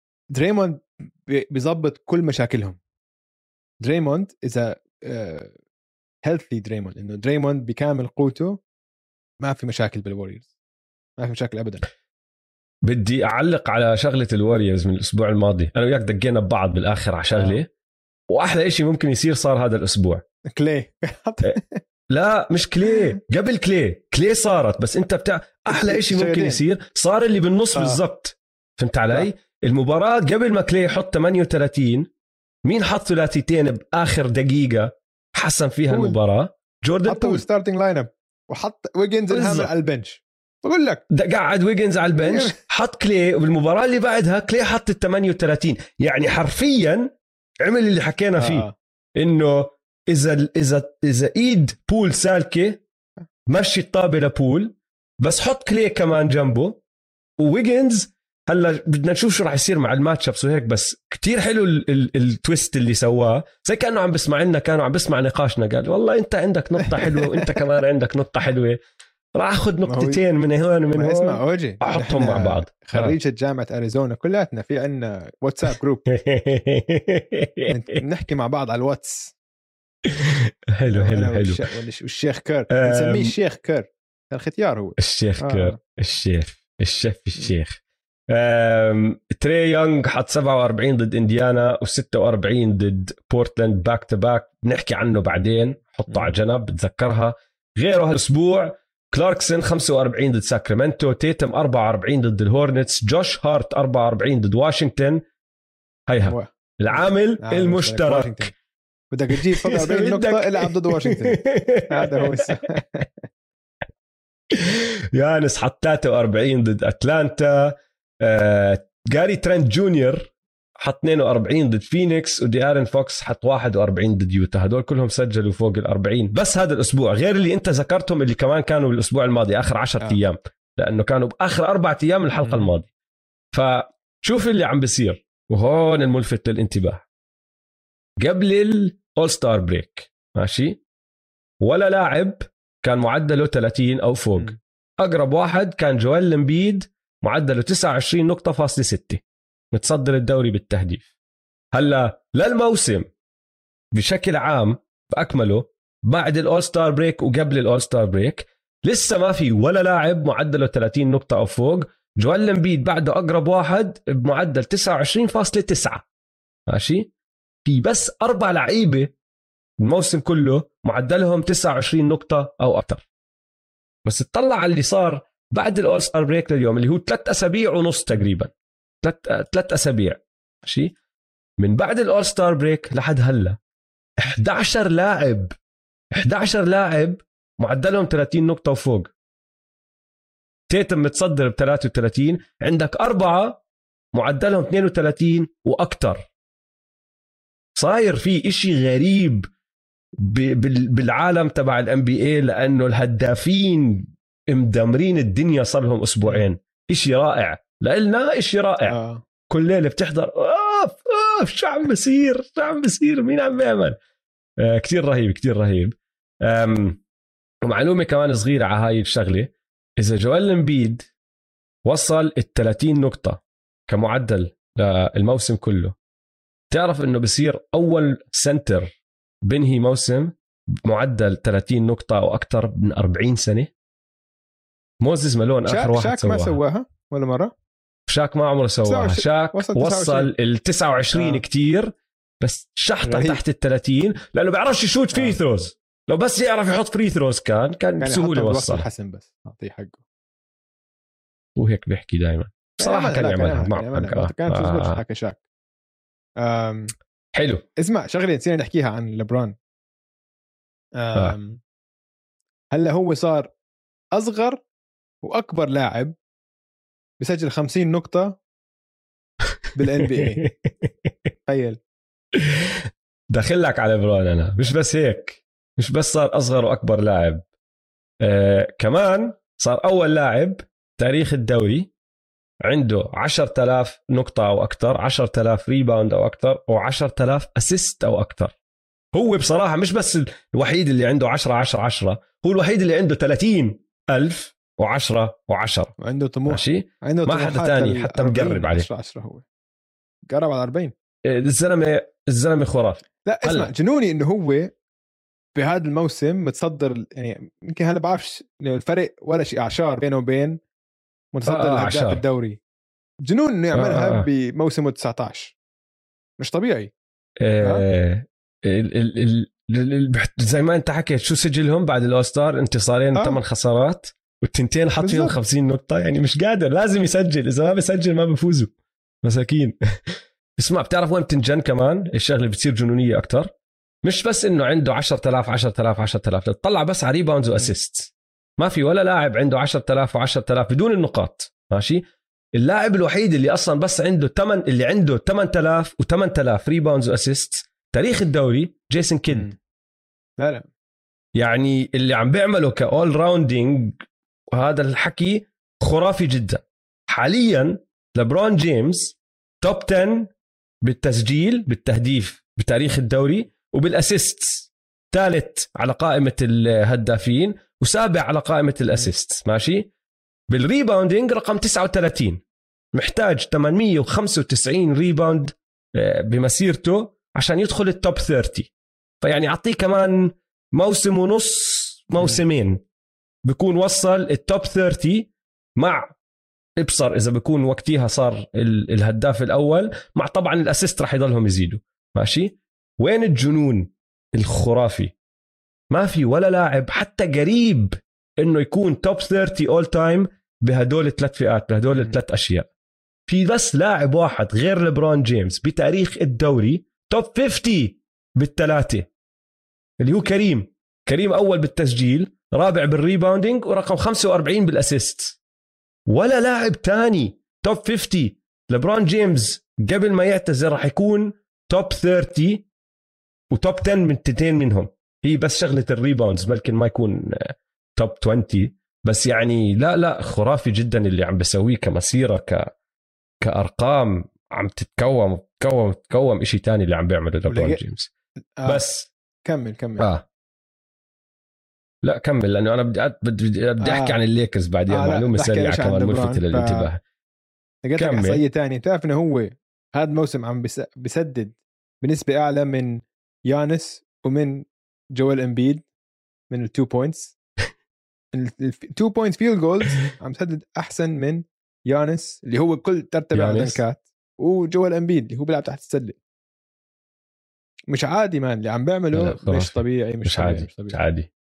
بيظبط كل مشاكلهم. دريموند اذا هيلثي دريموند، انه دريموند بكامل قوته ما في مشاكل بالواريورز، ما في مشاكل ابدا. بدي اعلق على شغله الواريورز من الاسبوع الماضي. انا وياك دقينا ببعض بالاخر على شغله واحلى إشي ممكن يصير صار هذا الاسبوع. كلي لا مش كلي، قبل كلي صارت، بس انت احلى إشي ممكن يصير صار اللي بالنص بالضبط. فهمت علي؟ المباراة قبل ما كلي يحط 38 مين حط ثلاثيتين باخر دقيقة حسن فيها المباراة؟ جوردن بول ستارتنج لاين اب، وحط ويجنز الهامل على البنش. بقول لك قاعد ويجنز على البنش، حط كلي، وبالمباراة اللي بعدها كلي حط 38. يعني حرفيا عمل اللي حكينا فيه انه اذا ايد بول سالكه مشي الطابه لبول، بس حط كلي كمان جنبه وويجنز. هلا بدنا نشوف شو راح يصير مع الماتش ابس وهيك، بس كتير حلو التويست اللي سواه، زي كانه عم بسمع لنا، كانوا عم بسمع نقاشنا. قال والله انت عندك نقطه حلوه وانت كمان عندك نقطه حلوه، راح اخذ نقطتين من هون ومن هون. اسمع اوجي، احطهم مع بعض. خريجة جامعة اريزونا كلاتنا في عنا واتساب جروب نحكي مع بعض على الواتس. حلو والشيخ كير نسميه الشيخ كير، الختيار هو الشيخ كير. الشيخ تري يونغ حط 47 ضد انديانا و46 ضد بورتلاند باك تو باك، نحكي عنه بعدين، حطه على جنب بتذكرها. غيره هالاسبوع كلاركسون 45 ضد ساكرامنتو، تيتم 44 ضد الهورنتس، جوش هارت 44 ضد واشنطن. هيها العامل المشترك. بدك تجيب فوق 40 نقطة العب ضد واشنطن. هذا هو يانس حط 43 ضد أتلانتا. جاري ترينت جونيور حط 42 ضد فينيكس، ودي آرن فوكس حط 41 ضد يوتا. هدول كلهم سجلوا فوق 40 بس هذا الأسبوع، غير اللي أنت ذكرتهم اللي كمان كانوا بالأسبوع الماضي آخر 10 أيام، لأنه كانوا بآخر 4 أيام الحلقة الماضية. فشوف اللي عم بيصير، وهون الملفت للانتباه. قبل الأول ستار بريك ماشي، ولا لاعب كان معدله 30 أو فوق. أقرب واحد كان جويل امبيد، معدله 29 نقطة فاصلة 6، متصدر الدوري بالتهديف. هلا للموسم بشكل عام بأكمله بعد الأول ستار بريك وقبل الأول ستار بريك لسه ما في ولا لاعب معدله 30 نقطة أو فوق. جويل امبيد بعده أقرب واحد بمعدل 29.9 ماشي. في بس 4 لعيبة الموسم كله معدلهم 29 نقطة أو أكثر. بس تطلع على اللي صار بعد الأول ستار بريك لليوم اللي هو 3 أسابيع ونص تقريبا، 3 أسابيع ماشي. من بعد الأول ستار بريك لحد هلا 11 لاعب معدلهم 30 نقطة وفوق. تيتم متصدر ب 33، عندك 4 معدلهم 32 وأكتر. صاير في إشي غريب بالعالم تبع NBA، لأنه الهدافين مدمرين الدنيا صار لهم أسبوعين. إشي رائع لإلنا، إشي رائع. كل ليلة بتحضر شو عم بصير مين عم بيعمل. كتير رهيب. ومعلومة كمان صغيرة على هاي الشغلة، إذا جويل امبيد وصل 30 نقطة كمعدل للموسم كله، تعرف إنه بصير أول سنتر بنهي موسم معدل 30 نقطة أو أكتر من 40 سنة. موزيس مالون آخر واحد شاك ما سواها ولا مرة. شاك ما عمره سواها. شاك وصل 29 كتير، بس شحطة تحت 30 لأنه بيعرفش يشوت فري ثروز. لو بس يعرف يحط فري ثروز كان بسهولة وصل. حسن بس أعطيه حقه، وهيك بيحكي دائما بصراحة كان يعملها. كانت تزبط حكى شاك. حلو. اسمع شغلة نسينا نحكيها عن لبران. هلا هو صار أصغر وأكبر لاعب بسجل 50 نقطة بالNBA. تخيل. داخلك على لبران. أنا مش بس هيك، مش بس صار أصغر وأكبر لاعب، كمان صار أول لاعب تاريخ الدوري عنده 10,000 نقطة أو أكتر، 10,000 ريباوند أو أكتر، و10,000 أسيست أو أكتر. هو بصراحة مش بس الوحيد اللي عنده 10 هو الوحيد اللي عنده 30,000 و10 و10. وعنده طموح، ماشي، عنده ما حدا تاني حتى مقرب عليه. 10 هو قرب على 40. الزلمة خرافي. لا اسمع جنوني إنه هو بهذا الموسم متصدر، يعني يمكن هلا بعرفش الفرق ولا شيء، أعشار بينه وبين متصدر الهداف الدوري. جنون إنه يعملها بموسمه 19، مش طبيعي. زي ما انت حكيت، شو سجلهم بعد الأوستار؟ انتصارين 8 خسارات والتنتين حط فيهم 50 نقطة. يعني مش قادر، لازم يسجل، إذا ما بيسجل ما بفوزوا مساكين. اسمع، بتعرف وين بتنجن كمان الشغلة بتصير جنونية أكتر؟ مش بس إنه عنده 10,000 تطلع بس على ريباوندز وأسيست. ما في ولا لاعب عنده 10,000 و10,000 بدون النقاط. ماشي، اللاعب الوحيد اللي أصلا بس عنده 8,000 و8,000 ريباوندز وأسيست تاريخ الدوري جيسون كيد. لا يعني اللي عم بيعمله كأول راوندينج وهذا الحكي خرافي جدا. حاليا لبرون جيمس توب 10 بالتسجيل بالتهديف بتاريخ الدوري، وبالأسيست ثالث على قائمة الهدافين وسابع على قائمة الأسيست. ماشي، بالريباوندينج رقم 39، محتاج 895 ريباوند بمسيرته عشان يدخل التوب 30. فيعني أعطيه كمان موسم ونص، موسمين، بيكون وصل التوب 30 مع ابصر إذا بيكون وقتها صار الهداف الأول، مع طبعا الأسيست رح يضلهم يزيدوا. ماشي، وين الجنون الخرافي؟ ما في ولا لاعب حتى قريب إنه يكون توب 30 all time بهدول الثلاث فئات، بهدول الثلاث أشياء. في بس لاعب واحد غير لبرون جيمس بتاريخ الدوري توب 50 بالثلاثة، اللي هو كريم أول بالتسجيل، رابع بالريباوندينج، ورقم 45 بالأسيست. ولا لاعب تاني توب 50. لبرون جيمس قبل ما يعتزل راح يكون توب 30 وتوب 10 من تنتين منهم. هي بس شغلة الريباوندز ممكن ما يكون توب 20، بس يعني لا خرافي جدا اللي عم بسويه كمسيرة كأرقام عم تتكوم إشي تاني اللي عم بيعمله لبرون جيمس. بس كمل لا كمل، لأنه أنا بدي أحكي عن الليكرز بعدين. معلومة سريعة كمان ملفتة للانتباه. لقيت إحصائية تانية، بتعرف إنه هو هذا الموسم عم بسدد بنسبة أعلى من يانس ومن جويل امبيد من ال2 بوينتس. ال2 بوينت فيلد جولز عم سدد أحسن من يانس اللي هو كل ترتبع دنكات، وجويل امبيد اللي هو بيلعب تحت السلة. مش عادي مان اللي عم بيعمله، مش طبيعي. مش عادي.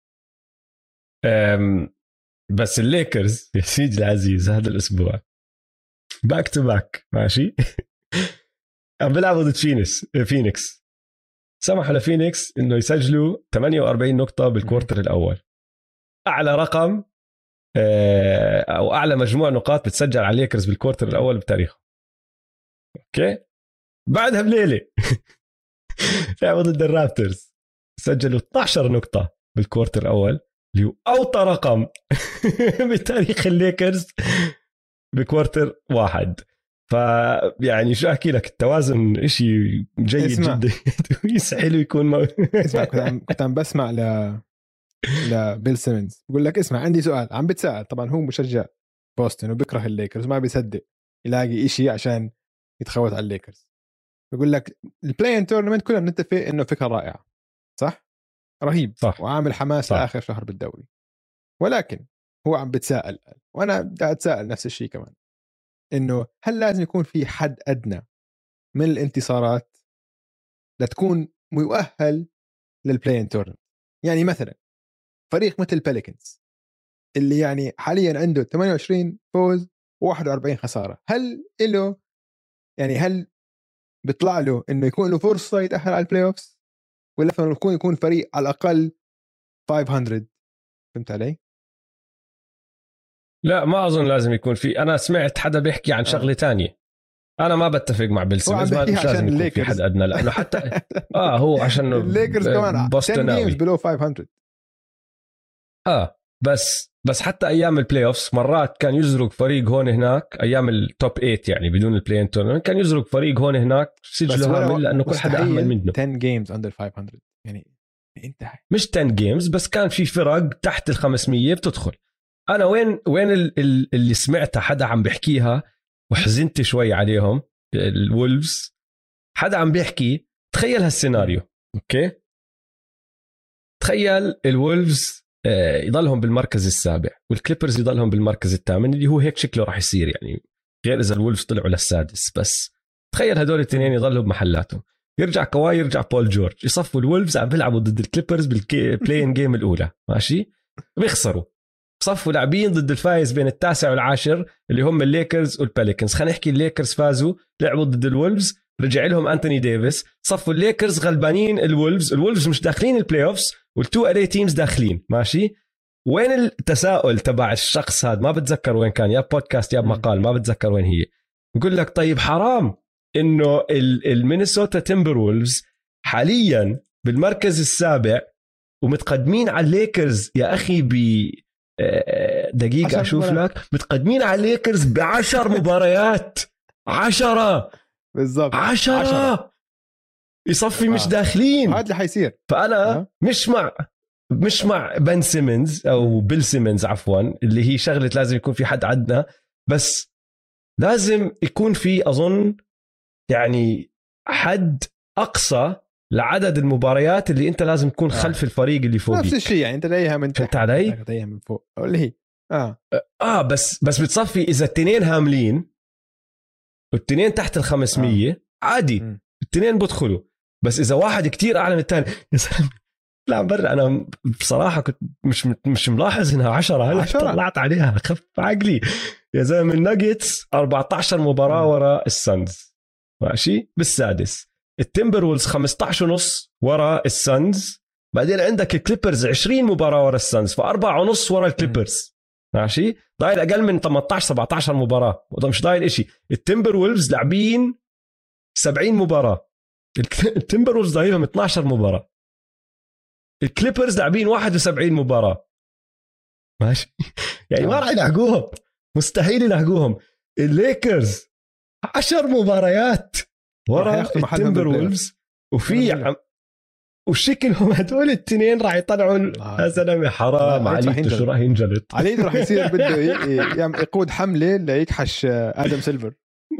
بس الليكرز يا سيدي العزيز هذا الأسبوع باك تو باك. ماشي عم بيلعبوا ضد فينيكس سمحوا لفينيكس انه يسجلوا 48 نقطه بالكوارتر الاول، اعلى رقم او اعلى مجموع نقاط بتسجل على الليكرز بالكوارتر الاول بتاريخه. اوكي، بعدها بليله لعبوا ضد الرابترز سجلوا 12 نقطه بالكوارتر الاول اللي هو اوطى رقم بتاريخ الليكرز بكوارتر واحد. فيعني شو احكي لك، التوازن إشي جيد جدا يسهل يكون اسمع كنت عم بسمع لبيل سيمنز بقول لك اسمع عندي سؤال، عم بتسأل طبعا هو مشجع بوسطن وبكره الليكرز ما بيصدق يلاقي إشي عشان يتخوت على الليكرز. بقول لك البلاي ان تورنمنت كلنا بنتفق انه فكره رائعه صح، رهيب صح. وعامل حماس صح. لاخر شهر بالدوري، ولكن هو عم بتساءل وانا قاعد اتساءل نفس الشيء كمان، انه هل لازم يكون في حد ادنى من الانتصارات لتكون مؤهل للبلاي ان تورنمنت؟ يعني مثلا فريق مثل بيليكنز اللي يعني حاليا عنده 28 فوز و41 خساره، هل له يعني هل بيطلع له انه يكون له فرصه يتاهل على البلاي اوفز، ولا يكون فريق على الاقل 500؟ فهمت علي؟ لا ما اظن لازم يكون في. انا سمعت حدا بيحكي عن شغله تانية، انا ما بتفق مع بيل سيمنز، ما مش لازم يكون في حد ادنى لانه حتى هو عشان الليكرز كمان بوسطناوي بلو 500. بس حتى ايام البلاي اوفس مرات كان يزرق فريق هون هناك، ايام التوب 8 يعني بدون البلاي ان تورنمنت كان يزرق فريق هون هناك سجله هامل لانه كل حدا اهمل منه. 10 جيمز اندر 500 يعني انت مش 10 جيمز بس، كان في فرق تحت ال 500 بتدخل. انا وين اللي سمعتها حدا عم بيحكيها وحزنت شوي عليهم، الولفز. حدا عم بيحكي تخيل هالسيناريو، اوكي، تخيل الولفز يضلهم بالمركز السابع والكليبرز يضلهم بالمركز الثامن، اللي هو هيك شكله راح يصير يعني، غير اذا الولفز طلعوا للسادس. بس تخيل هدول الاثنين يضلوا بمحلاتهم، يرجع كواي يرجع بول جورج، يصفوا الولفز عم بيلعبوا ضد الكليبرز بالبلاين جيم الاولى، ماشي، بيخسروا، صفوا لاعبين ضد الفايز بين التاسع والعاشر اللي هم الليكرز والباليكنز. خلينا نحكي الليكرز فازوا لعبوا ضد الولفز، رجع لهم أنتوني ديفيس، صفوا الليكرز غلبانين الولفز مش داخلين البلاي اوفز والتو اري تيمز داخلين، ماشي. وين التساؤل تبع الشخص هذا؟ ما بتذكر وين كان، يا بودكاست يا مقال، ما بتذكر وين هي. يقول لك طيب حرام انه المينيسوتا تيمبر وولفز حاليا بالمركز السابع ومتقدمين على الليكرز يا اخي دقيقة أشوف لك، متقدمين على الليكرز ب10 مباريات، 10 بالضبط 10 يصفي مش داخلين. هذا اللي حيصير. فأنا مش مع بن سيمنز أو بيل سيمنز عفوا، اللي هي شغلة لازم يكون في حد عندنا، بس لازم يكون في أظن يعني حد أقصى لعدد المباريات اللي انت لازم تكون خلف الفريق اللي فوقك. نفس الشيء يعني انت جايها من تحت علي، جايها من فوق اللي هي بس بتصفي اذا التنين هاملين والتنين تحت ال500 عادي التنين بدخلوا، بس اذا واحد كتير اعلى من الثاني يا سلام. لا برا انا بصراحه كنت مش ملاحظ انها 10. هلا طلعت عليها خف عقلي يا زلمه. الناجتس 14 مباراه ورا السانز، ماشي، بالسادس. التيمبر وولز 15.5 ورا السانز، بعدين عندك الكليبرز 20 مباراة ورا السانز، ف4.5 ورا الكليبرز، ماشي، ضايل أقل من 18-17 مباراة، مش ضايل إشي. التيمبر وولز لاعبين 70 مباراة، التيمبر وولز ضايلهم 12 مباراة، الكليبرز لاعبين 71 مباراة، ماشي. يعني ما راح يلحقوهم، مستحيل يلحقوهم. الليكرز 10 مباريات ورا التيمبر وولفز، وفي وشكلهم هدول التنين راح يطلعوا. يا زلمه حرام عليك، شو راح ينجلط علي، راح يصير بده يقود حمله ليكحش ادم سيلفر.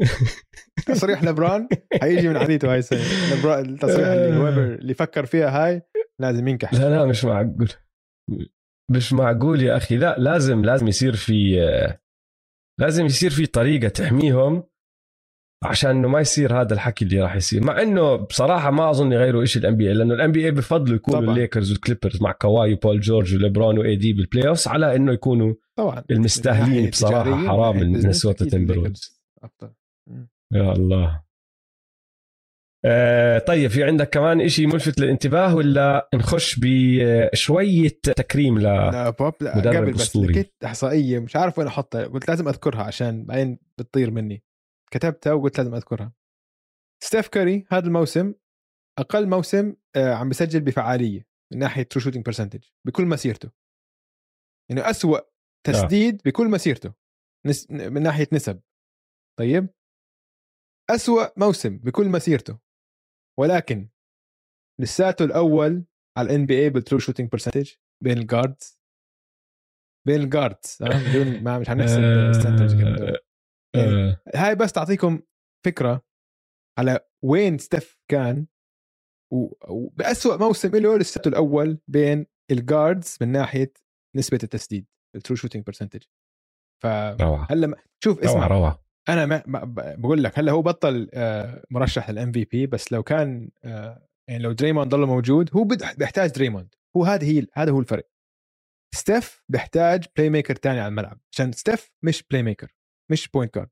تصريح لبران حيجي من عديته هاي السنه. لبران التصريح اللي فكر فيها هاي لازم ينكح. لا مش معقول، مش معقول يا اخي. لا لازم يصير في طريقه تحميهم عشان انه ما يصير هذا الحكي اللي راح يصير. مع انه بصراحه ما اظن يغيروا شيء الان بي اي، لانه الان بي اي بفضلوا يكونوا الليكرز والكليبرز مع كواي وبول جورج وليبرون واي دي بالبلاي اوفز على انه يكونوا طبعا المستاهلين. بصراحه حرام من مينيسوتا تيمبرولز. يا الله. طيب في عندك كمان إشي ملفت للانتباه ولا نخش بشوية تكريم لا بوب، لا قبل لمدرب بس أسطوري؟ لقيت احصائيه مش عارف وين احطها، قلت لازم اذكرها عشان بعدين بتطير مني. كتبتها وقلت لازم اذكرها. ستيف كاري هذا الموسم اقل موسم عم بسجل بفعاليه من ناحيه ترو شوتينج برسنتج بكل مسيرته، يعني أسوأ تسديد بكل مسيرته من ناحيه نسب. طيب أسوأ موسم بكل مسيرته، ولكن لساته الاول على الان بي اي بالترو شوتينج برسنتج بين الجاردز. بين الجاردز بدون ما مش هنحسب السنترز كم دول. يعني آه هاي بس تعطيكم فكره على وين ستيف كان، وبأسوأ موسم له لساته الاول بين الجاردز من ناحيه نسبه التسديد الترو شوتينج برسنتج. روعة فهلا شوف روعة اسمع، روعة. انا بقول لك هلا هو بطل مرشح للام في بي، بس لو كان يعني لو دريموند ضل موجود هو بيحتاج دريموند. هو هذا هو الفرق. ستيف بيحتاج بلاي ميكر تاني على الملعب، عشان ستيف مش بلاي ميكر، مش بوينت جارد.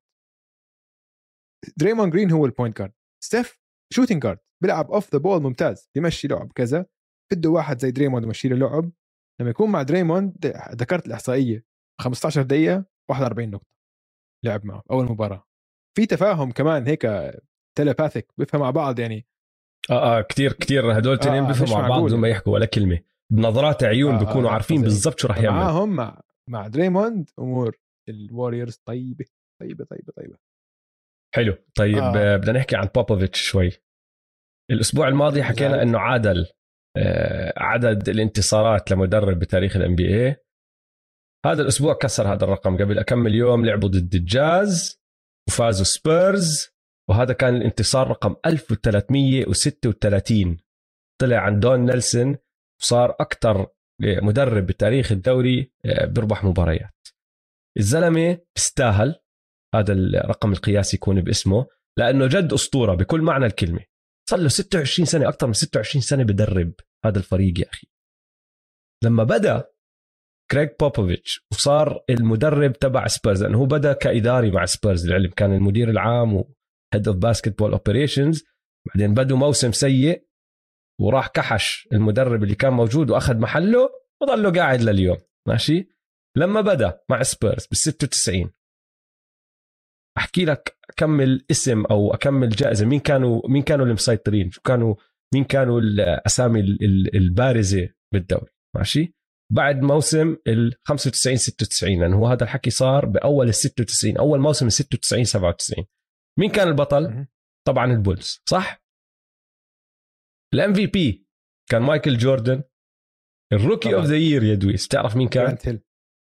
دريموند جرين هو البوينت جارد، ستيف شوتينج جارد، بيلعب اوف ذا بول ممتاز، بيمشي لعب كذا. بده واحد زي دريموند يمشي له لعب. لما يكون مع دريموند ذكرت الاحصائيه 15 دقيقه 41 نقطه لعب معه اول مباراه. في تفاهم كمان هيك تيليباثيك، بيفهم مع بعض يعني. كتير كتير هدول تنين بيفهموا مش مع بعض معقول بدون ما يعني. يحكوا ولا كلمة، بنظرات عيون بيكونوا لا عارفين فظيعين. بالضبط شو راح يعمل. فمعاهم مع دريموند امور الواريورز طيبه طيبه طيبه طيبه. حلو طيب بدنا نحكي عن بوبوفيتش شوي. الأسبوع الماضي حكينا زاد. إنه عادل عدد الانتصارات لمدرب بتاريخ الام بي اي. هذا الأسبوع كسر هذا الرقم. قبل أكمل يوم لعبوا ضد الجاز وفازوا سبيرز، وهذا كان الانتصار رقم 1336. طلع عن دون نيلسون وصار أكثر مدرب بتاريخ الدوري بربح مباريات. الزلمة بيستاهل هذا الرقم القياسي يكون باسمه، لأنه جد أسطورة بكل معنى الكلمة. صار له 26 سنة، أكثر من 26 سنة بدرب هذا الفريق يا أخي. لما بدأ كريغ بوبوفيتش وصار المدرب تبع سبيرز، لأنه هو بدأ كإداري مع سبيرز العلم، كان المدير العام وهيد اوف باسكتبول اوبريشنز. بعدين بدوا موسم سيء وراح كحش المدرب اللي كان موجود واخذ محله وظله قاعد لليوم ماشي. لما بدا مع سبيرز بال96، احكي لك اكمل اسم او اكمل جائزه مين كانوا المسيطرين، شو كانوا، مين كانوا الاسامي البارزه بالدوري ماشي. بعد موسم ال 95 96، لانه هو هذا الحكي صار باول ال 96، اول موسم ال 96 97. مين كان البطل؟ طبعا البولز صح. الام في بي كان مايكل جوردن. الروكي اوف ذا يير يا دويس تعرف مين كان؟ جرانت هيل.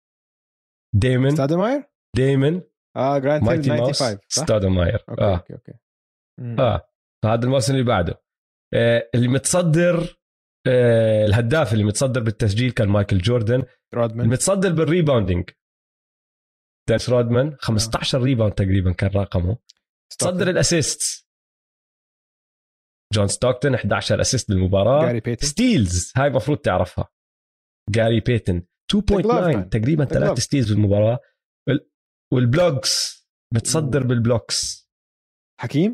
ديمن ستادماير. ديمن جرانت هيل مايتي 95 ماوس صح. ستادماير. اوكي. هذا الموسم اللي بعده اللي متصدر الهداف اللي متصدر بالتسجيل كان مايكل جوردن. رودمان. المتصدر بالريباوندينج دانس رودمان 15 ريباوند تقريبا كان رقمه. تصدر الاسيست جون ستوكتون 11 اسيست بالمباراه. ستيلز هاي مفروض تعرفها، جاري بيتن 2.9 تقريبا 3 ستيلز بالمباراه. والبلوكس متصدر بالبلوكس حكيم.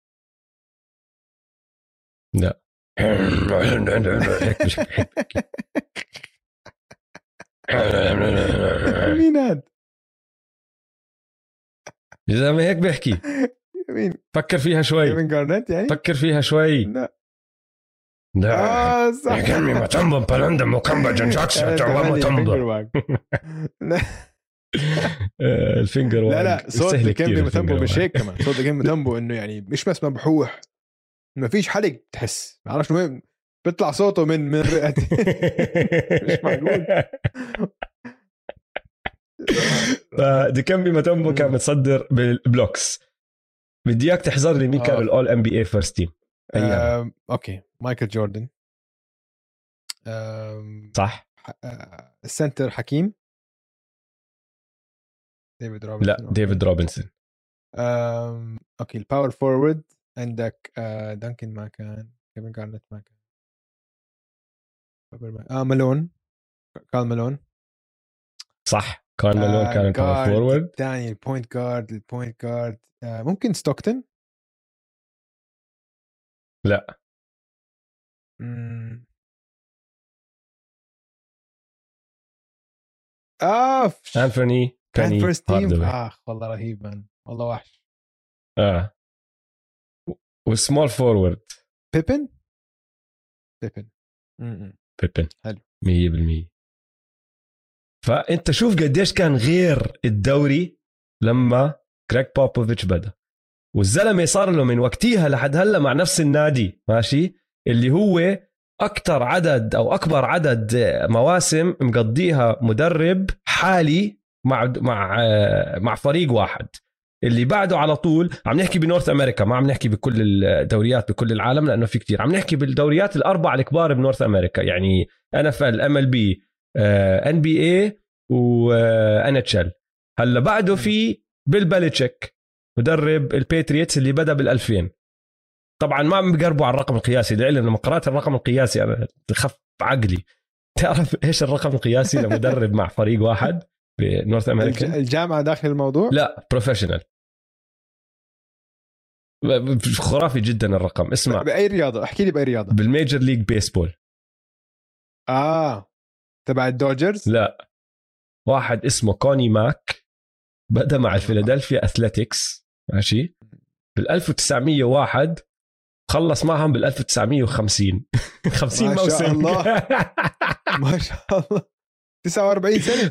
لا مين هاد يا زلمه هيك بيحكي. مين؟ فكر فيها شوي. كيفن جارنيت يعني. فكر فيها شوي. لا صح. كلمة ما تنبم بلندم مكمبا جنجاكسون تعوام تنبم. الفينجر واج. لا صوت كلمة متنبو مش هيك كمان. صوت كلمة متنبو انه يعني مش بس مبحوح، ما فيش حلق تحس، ما اعرفش وين بيطلع صوته من رئتي. مش معقول. فديكمبي ماتومبو كان متصدر بالبلوكس. بدي اياك تحذر لي مين كان الاول ام بي اي فيرست تيم. اوكي مايكل جوردن. صح. السنتر حكيم. ديفيد روبنسون. لا ديفيد روبنسون. اوكي الباور فورورد عندك دانكن ما كان، كيفن جارنيت ما كان، مالون، كارل مالون. صح كارل مالون كان الباور فورورد. الثاني البوينت جارد ممكن ستوكتون. لا أنثوني كان بيني فيرست تيم. هاردوي. والله رهيب من والله وحش. والسمول فورورد بيبن حلو حلو 100%. فانت شوف قديش كان غير الدوري لما كريك بوبوفيتش بدا، والزلمه صار له من وقتها لحد هلا مع نفس النادي ماشي، اللي هو اكثر عدد او اكبر عدد مواسم مقضيها مدرب حالي مع فريق واحد. اللي بعده على طول عم نحكي بنورث امريكا، ما عم نحكي بكل الدوريات بكل العالم لانه في كتير، عم نحكي بالدوريات الاربع الكبار بنورث امريكا، يعني NFL MLB NBA و NHL. هلا بعده في بيل بيليتشيك مدرب الباتريوتس اللي بدا بال2000. طبعا ما عم بقربوا على الرقم القياسي، لعلم لما قرأت الرقم القياسي انا خف عقلي. تعرف ايش الرقم القياسي لمدرب مع فريق واحد بنورث امريكا؟ الجامعه داخل الموضوع؟ لا بروفيشنال. خرافي جدا الرقم. اسمع باي رياضه؟ احكي لي باي رياضه. بالميجر ليج بيسبول. تبع الدوجرز؟ لا، واحد اسمه كوني ماك بدأ مع الفيلادلفيا أثليتيكس ماشي بال1901، خلص معهم بال1950. 50 ما موسم. شاء الله. ما شاء الله 49 سنة.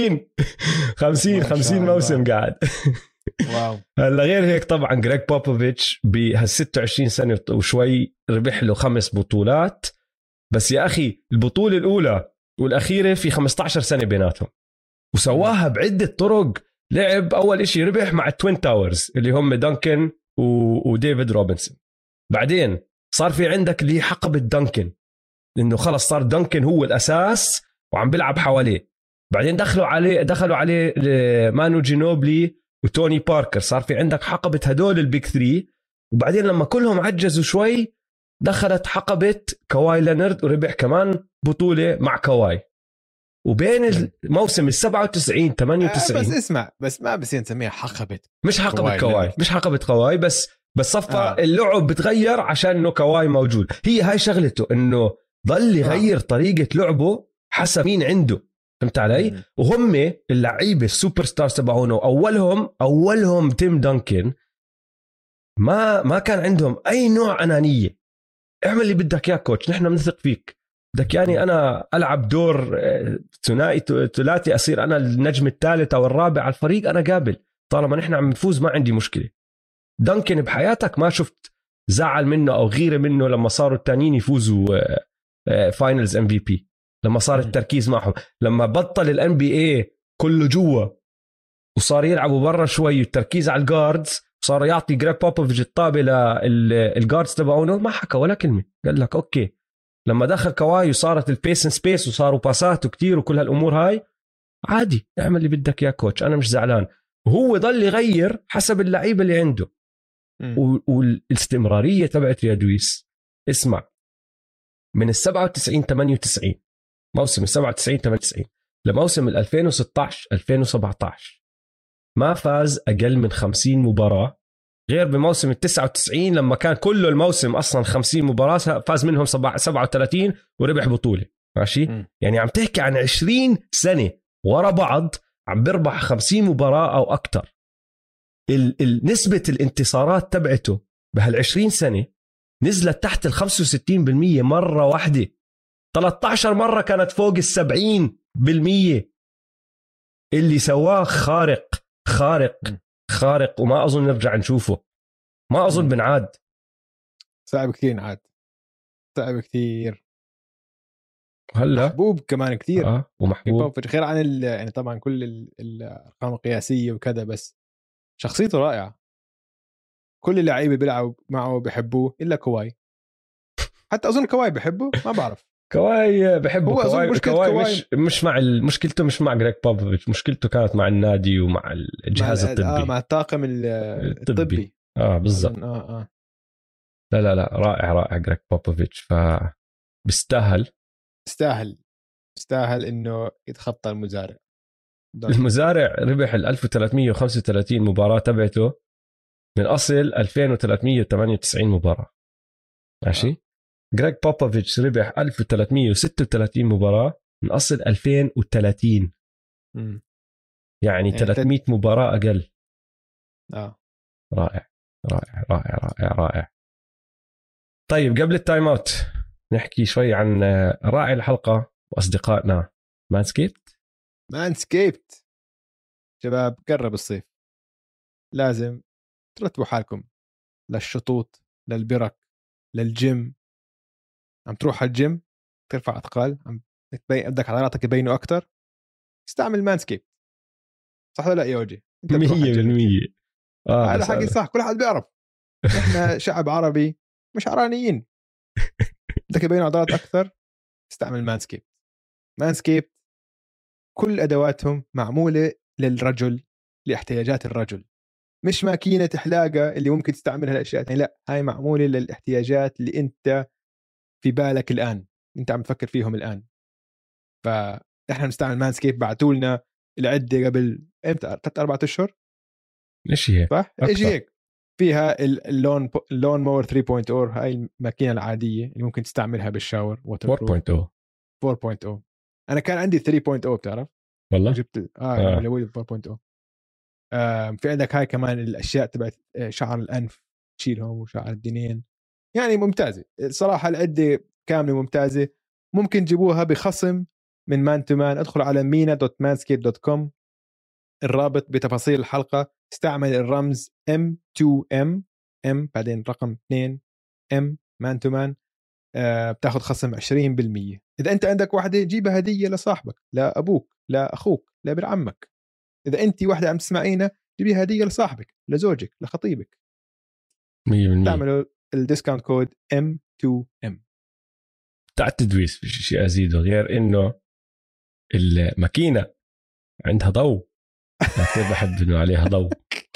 50 موسم قاعد. واو. هلا غير هيك طبعا جريج بوبوفيتش بهال26 سنة وشوي ربح له 5 بطولات بس يا أخي. البطولة الأولى والأخيرة في 15 سنة بيناتهم، وسواها بعدة طرق. لعب أول إشي ربح مع التوين تاورز اللي هم دانكن وديفيد روبنسون. بعدين صار في عندك اللي حقبة دانكن، لأنه خلص صار دانكن هو الأساس وعم بيلعب حواليه. بعدين دخلوا عليه مانو جينوبلي وتوني باركر، صار في عندك حقبة هدول البيك 3. وبعدين لما كلهم عجزوا شوي دخلت حقبة كواي لينارد وربح كمان بطولة مع كواي. وبين الموسم 97 98 بس اسمع، بس ما بصير نسميها حقبة. مش حقبة كواي، مش حقبة كواي، بس صفى اللعب بتغير عشان انه كواي موجود. هي هاي شغلته، انه ضل يغير طريقة لعبه حسب مين عنده. فهمت علي؟ وهم اللعيبة السوبر ستارز تبعونه اولهم تيم دانكن ما كان عندهم اي نوع انانية. اعمل اللي بدك يا كوتش، نحن بنثق فيك. بدك يعني انا العب دور ثلاثي اصير انا النجم الثالث او الرابع على الفريق، انا قابل طالما نحن عم نفوز، ما عندي مشكله. دانكن بحياتك ما شفت زعل منه او غيره منه لما صاروا التانيين يفوزوا فاينلز MVP، لما صار التركيز معهم، لما بطل الان بي اي كله جوا وصار يلعبوا برا شوي التركيز على الجاردز، صار يعطي جريج بوبوفيتش الطابه للجاردز تبعونه، ما حكى ولا كلمه، قال لك اوكي. لما دخل كواي وصارت البيس ان سبيس وصاروا باسات وكتير وكل هالامور هاي، عادي اعمل اللي بدك يا كوتش، انا مش زعلان. وهو ضل يغير حسب اللعيبه اللي عنده. والاستمراريه تبعت ريادويس. اسمع، من ال97 98 موسم ال97 98 لموسم ال2016 2017 ما فاز اقل من 50 مباراه، غير بموسم ال99 لما كان كله الموسم اصلا 50 مباراه فاز منهم 37 وربح بطوله ماشي. يعني عم تحكي عن 20 سنه ورا بعض عم بربح 50 مباراه او اكثر. نسبه الانتصارات تبعته بهال20 سنه نزلت تحت ال65% مره واحده، 13 مره كانت فوق ال70%. اللي سواه خارق وما أظن نرجع نشوفه، ما أظن بنعاد. صعب كثير نعاد، صعب كثير. هلا محبوب كمان كثير. ومحبوب غير عن يعني طبعا كل الأرقام القياسية وكذا، بس شخصيته رائعة. كل اللعيبة بيلعبوا معه بيحبوه إلا كواي. حتى أظن كواي بيحبه، ما بعرف. كواي بحبه. كواي مش مع مشكلته مش مع جريج بوبوفيتش، مشكلته كانت مع النادي ومع الجهاز الطبي. مع الطاقم الطبي. بالضبط. لا رائع جريج بوبوفيتش، فبيستاهل انه يتخطى المزارع. المزارع ربح 1335 مباراة تبعته من أصل 2398 مباراة. ماشي. جريج بوبوفيتش ربح 1336 مباراة من أصل 2030. يعني 300 مباراة أقل. رائع رائع رائع رائع رائع. طيب قبل التايم اوت نحكي شوي عن راعي الحلقة وأصدقائنا مانسكيبت. شباب قرب الصيف، لازم ترتبوا حالكم للشطوط، للبرك، للجيم. عم تروح على الجيم ترفع أثقال، عم بدك عضلاتك يبينوا أكتر، استعمل مانسكيبت. صح ولا لا يا وجه؟ انت 100%. هذا حكي صح، كل حد بيعرف. احنا شعب عربي مش عرانيين. بدك يبين عضلات اكثر، استعمل مانسكيبت. كل ادواتهم معموله للرجل، لاحتياجات الرجل، مش ماكينه حلاقه اللي ممكن تستعملها لاشياء ثانيه. لا، هاي معموله للاحتياجات اللي انت في بالك الان، انت عم تفكر فيهم الان. فاحنا نستعمل مانسكيبت. بعتوا لنا العده قبل امتى؟ 3-4 اشهر. ايش هيك صح، ايش هيك. فيها اللون مور 3.0، هاي الماكينه العاديه اللي ممكن تستعملها بالشاور. 4.0. انا كان عندي 3.0 بتعرف والله. جبت جابوا 4.0. في عندك هاي كمان الاشياء تبعت شعر الانف تشيلهم وشعر الدينين، يعني ممتازه الصراحه. العده كامله ممتازه. ممكن تجيبوها بخصم من مان تو مان. ادخل على mina.manscaped.com، الرابط بتفاصيل الحلقه. استعمل الرمز M2M، M بعدين رقم 2 M مان تو مان. بتاخذ خصم 20%. اذا انت عندك واحده جيبها هديه لصاحبك، لابوك، لاخوك، لابن عمك. اذا انت واحده عم تسمعينا جيبيها هديه لصاحبك، لزوجك، لخطيبك. 100%. تعملوا الديسكاونت كود M2M تاع التدويس. في شيء ازيده غير انه الماكينه عندها ضوء. كثير بحب انه عليها ضوء.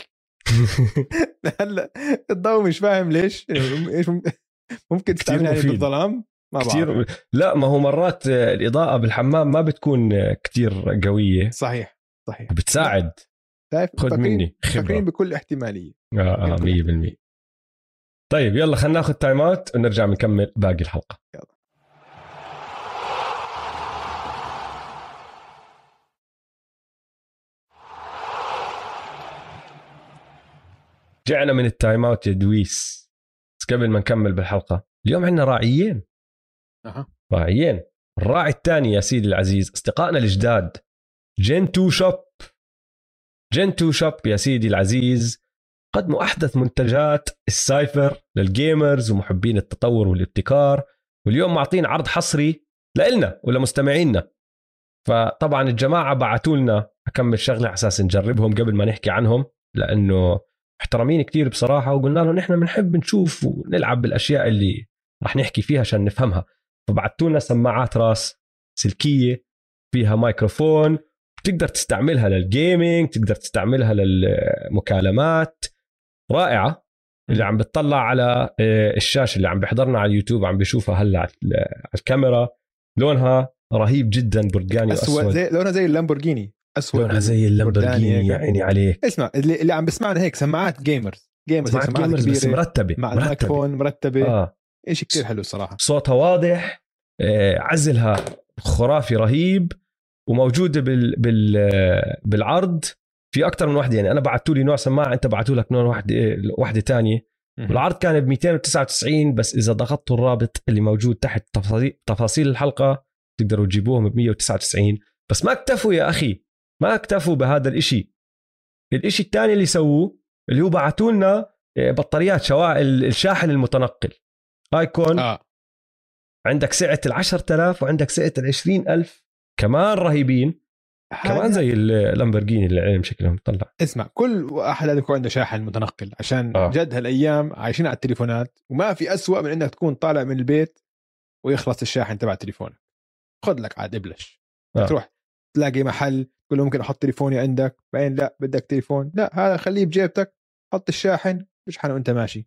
هلا الضوء مش فاهم ليش ايش ممكن تستعملها يعني بالظلام. ما كتير. لا، ما هو مرات الإضاءة بالحمام ما بتكون كتير قوية. صحيح بتساعد. خذ مني خبرة. فاكرين بكل احتمالية. 100%. طيب يلا خلينا ناخذ تايم اوت ونرجع نكمل باقي الحلقة. يلا. رجعنا من التايم اوت يا دويس. بس قبل ما نكمل بالحلقة، اليوم عندنا راعيين. راعيين. الراعي الثاني يا سيدي العزيز أصدقائنا الجداد Gen2 شوب. Gen2 شوب يا سيدي العزيز قدموا أحدث منتجات السايفر للجيمرز ومحبين التطور والابتكار، واليوم معطين عرض حصري لإلنا ولمستمعينا. فطبعا الجماعة بعتوا لنا أكمل شغلة على أساس نجربهم قبل ما نحكي عنهم، لأنه محترمين كتير بصراحة، وقلنا لهم نحن بنحب نشوف ونلعب بالأشياء اللي رح نحكي فيها عشان نفهمها. فبعتوا لنا سماعات راس سلكية فيها مايكروفون، تقدر تستعملها للجيمينج، تقدر تستعملها للمكالمات. رائعة. اللي عم بتطلع على الشاشة اللي عم بيحضرنا على اليوتيوب عم بيشوفها هلا على الكاميرا، لونها رهيب جدا، برتقاني أسود. لونها زي اللامبورجيني. أسود لونها زي اللامبورجيني يا عيني عليك. اسمع اللي عم بسمعنا هيك سماعات جيمرز سماعات بس مرتبة مع الميكروفون مرتبة. إيش كتير حلو الصراحة. صوتها واضح، عزلها خرافي رهيب، وموجودة بالعرض في أكتر من واحدة. يعني أنا بعتولي نوع سماعة، أنت بعتولك نوع واحدة تانية. والعرض كان ب299، بس إذا ضغطتوا الرابط اللي موجود تحت تفاصيل الحلقة تقدروا تجيبوهم ب199. بس ما اكتفوا يا أخي، ما اكتفوا بهذا الاشي. الاشي الثاني اللي سووه اللي هو بعتولنا بطاريات الشاحن المتنقل ايكون. عندك سعة 10,000 وعندك سعة 20,000 كمان رهيبين، كمان زي اللامبورجيني اللي شكلهم طلع. اسمع، كل واحد لازم يكون عنده شاحن متنقل عشان جد هالايام عايشين على التليفونات، وما في أسوأ من انك تكون طالع من البيت ويخلص الشاحن تبع تليفونك. خذ لك عاد ابلش. تروح تلاقي محل تقول له ممكن احط تليفوني عندك، بعدين لا بدك تليفون، لا هذا خليه بجيبتك، حط الشاحن اشحنه وانت ماشي.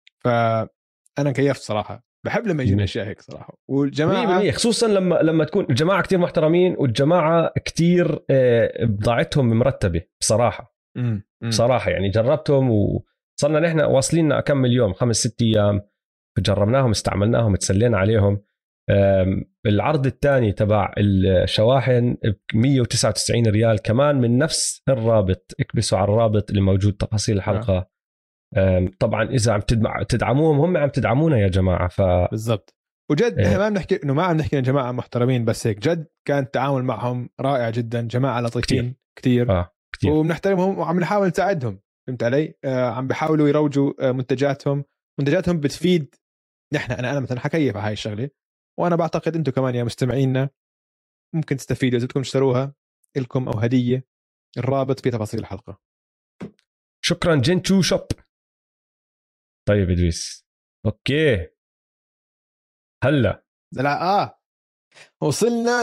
فانا كيفت صراحه، بحب لما يجينا اشياء هيك صراحه. والجماعه خصوصا لما تكون الجماعه كتير محترمين، والجماعه كتير بضاعتهم مرتبه بصراحه. بصراحه يعني جربتهم وصلنا نحن واصلين كم اليوم 5-6 ايام. جربناهم استعملناهم تسلينا عليهم. العرض الثاني تبع الشواحن ب 199 ريال كمان من نفس الرابط. اكبسوا على الرابط اللي موجود تفاصيل الحلقة. طبعا إذا عم تدعموهم هم عم تدعمونا يا جماعة. بالضبط. وجد احنا ما بنحكي انه ما عم نحكي جماعة محترمين بس هيك جد كان التعامل معهم رائع جدا. جماعة لطيفين كتير. كتير وبنحترمهم وعم نحاول نساعدهم. فهمت علي؟ عم بيحاولوا يروجوا منتجاتهم بتفيد. انا مثلا حكيف على هاي الشغله وانا بعتقد انتم كمان يا مستمعينا ممكن تستفيدوا اذا بدكم تشتروها لكم او هديه. الرابط في تفاصيل الحلقه. شكرا جنتو شوب. طيب ادريس اوكي هلا لا وصلنا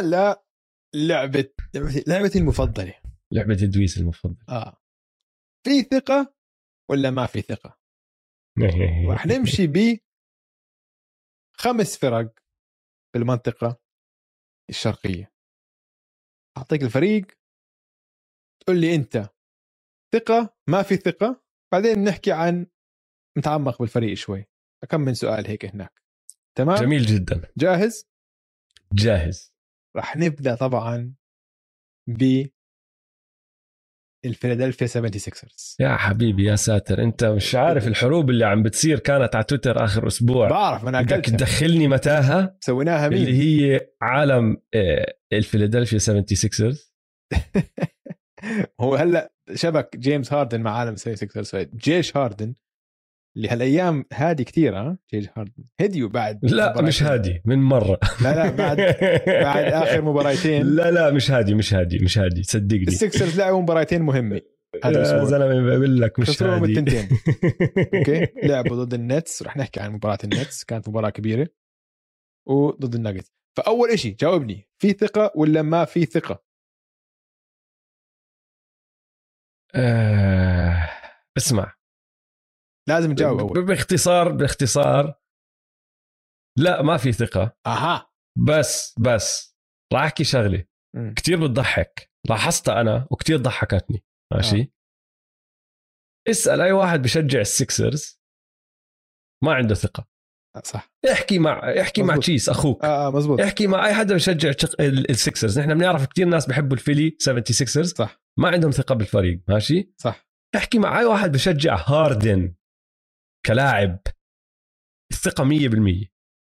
لعبتي المفضله. لعبه ادريس المفضله. في ثقه ولا ما في ثقه؟ راح نمشي ب 5 فرق في المنطقة الشرقية. أعطيك الفريق تقول لي أنت ثقة ما في ثقة. بعدين نحكي عن نتعمق بالفريق شوي. كم من سؤال هيك هناك. تمام جميل جدا. جاهز. راح نبدأ طبعا الفيلادلفيا 76ers. يا حبيبي يا ساتر انت مش عارف الحروب اللي عم بتصير كانت على تويتر اخر اسبوع. بعرف انا بدك تدخلني متاهه سويناها مين اللي هي عالم الفيلادلفيا 76ers. هو هلا شبك جيمس هاردن مع عالم 76ers. جيش هاردن اللي هالايام هادي كتير. جيش هاردن هديوا بعد لا مباراتين. مش هادي من مره. لا بعد اخر مباراتين. لا مش هادي صدقني. السكسرز لعبوا مباراتين مهمه هذا الاسبوع. يا زلمه بقول لك مش خسروا هادي. التنتين. اوكي لعبوا ضد النتس. رح نحكي عن مباراه النتس كانت مباراه كبيره وضد الناجتس. فاول إشي جاوبني في ثقه ولا ما في ثقه؟ اسمع لازم تجاوب اول. باختصار لا ما في ثقه. بس راح احكي شغله كتير بتضحك لاحظتها انا وكتير ضحكتني. ماشي اسال اي واحد بشجع السكسرز ما عنده ثقه. صح. احكي مع تشيس اخوك. مزبوط. احكي مع اي حدا بشجع السكسرز. نحن بنعرف كتير ناس بيحبوا الفيلي 76ers. صح. ما عندهم ثقه بالفريق. ماشي صح. احكي مع اي واحد بشجع هاردن كلاعب الثقه 100%.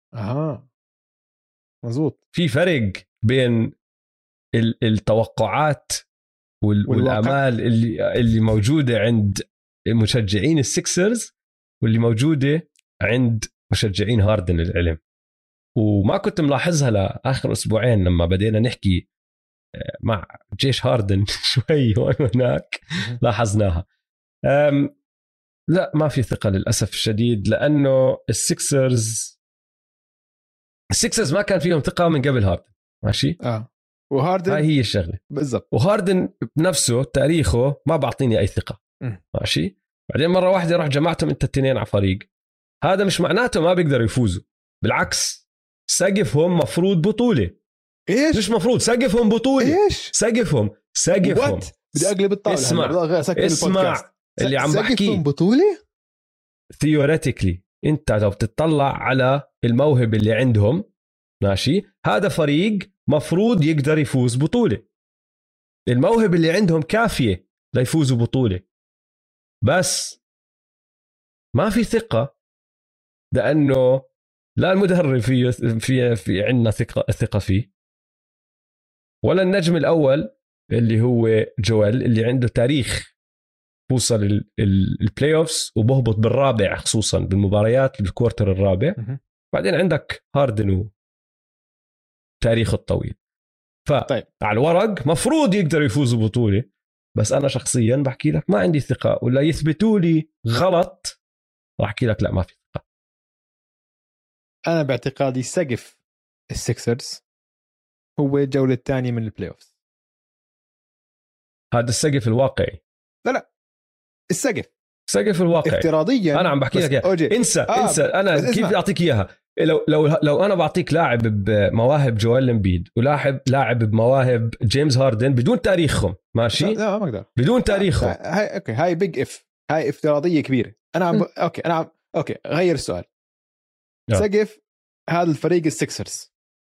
مزبوط. في فرق بين التوقعات والآمال اللي موجودة عند مشجعين السكسرز واللي موجودة عند مشجعين هاردن العلم. وما كنت ملاحظها لآخر أسبوعين لما بدينا نحكي مع جيش هاردن شوي هناك لاحظناها. لا ما في ثقة للأسف الشديد لأنه السكسرز ما كان فيهم ثقة من قبل هاردن. ماشي وهاردن هاي هي الشغله بالضبط. وهاردن بنفسه تاريخه ما بعطيني اي ثقه. ماشي بعدين مره واحده راح جمعتهم انت الاثنين على فريق. هذا مش معناته ما بيقدروا يفوزوا. بالعكس سقفهم مفروض بطوله. ايش مش مفروض سقفهم بطوله. ايش سقفهم بدي اقلب الطاوله. اسمع اللي عم بحكي بطوله. ثيوريتيكلي انت لو بتطلع على الموهبه اللي عندهم ماشي هذا فريق مفروض يقدر يفوز بطولة. الموهبة اللي عندهم كافية ليفوزوا بطولة بس ما في ثقة لأنه لا المدرب في عندنا ثقة فيه ولا النجم الأول اللي هو جويل اللي عنده تاريخ بوصل البلاي اوفس وبهبط بالرابع خصوصا بالمباريات بالكوارتر الرابع. بعدين عندك هاردن تاريخه الطويل. طيب. على الورق مفروض يقدروا يفوزوا بطولة بس أنا شخصيا بحكي لك ما عندي ثقة ولا يثبتوا لي غلط راح أحكي لك لا ما في ثقة. أنا باعتقادي سقف السكسرز هو الجولة الثانية من البلاي أوفز. هذا السقف الواقعي. لا السقف الواقعي افتراضيا. أنا عم بحكي لك انسى أنا كيف أعطيك إياها. لو أنا بعطيك لاعب بمواهب جويل امبيد ولاعب بمواهب جيمس هاردن بدون تاريخهم ماشي. لا ما أقدر بدون تاريخهم. هاي بيج اف. هاي افتراضية كبيرة. أوكي غير السؤال. سقف هذا الفريق السكسرز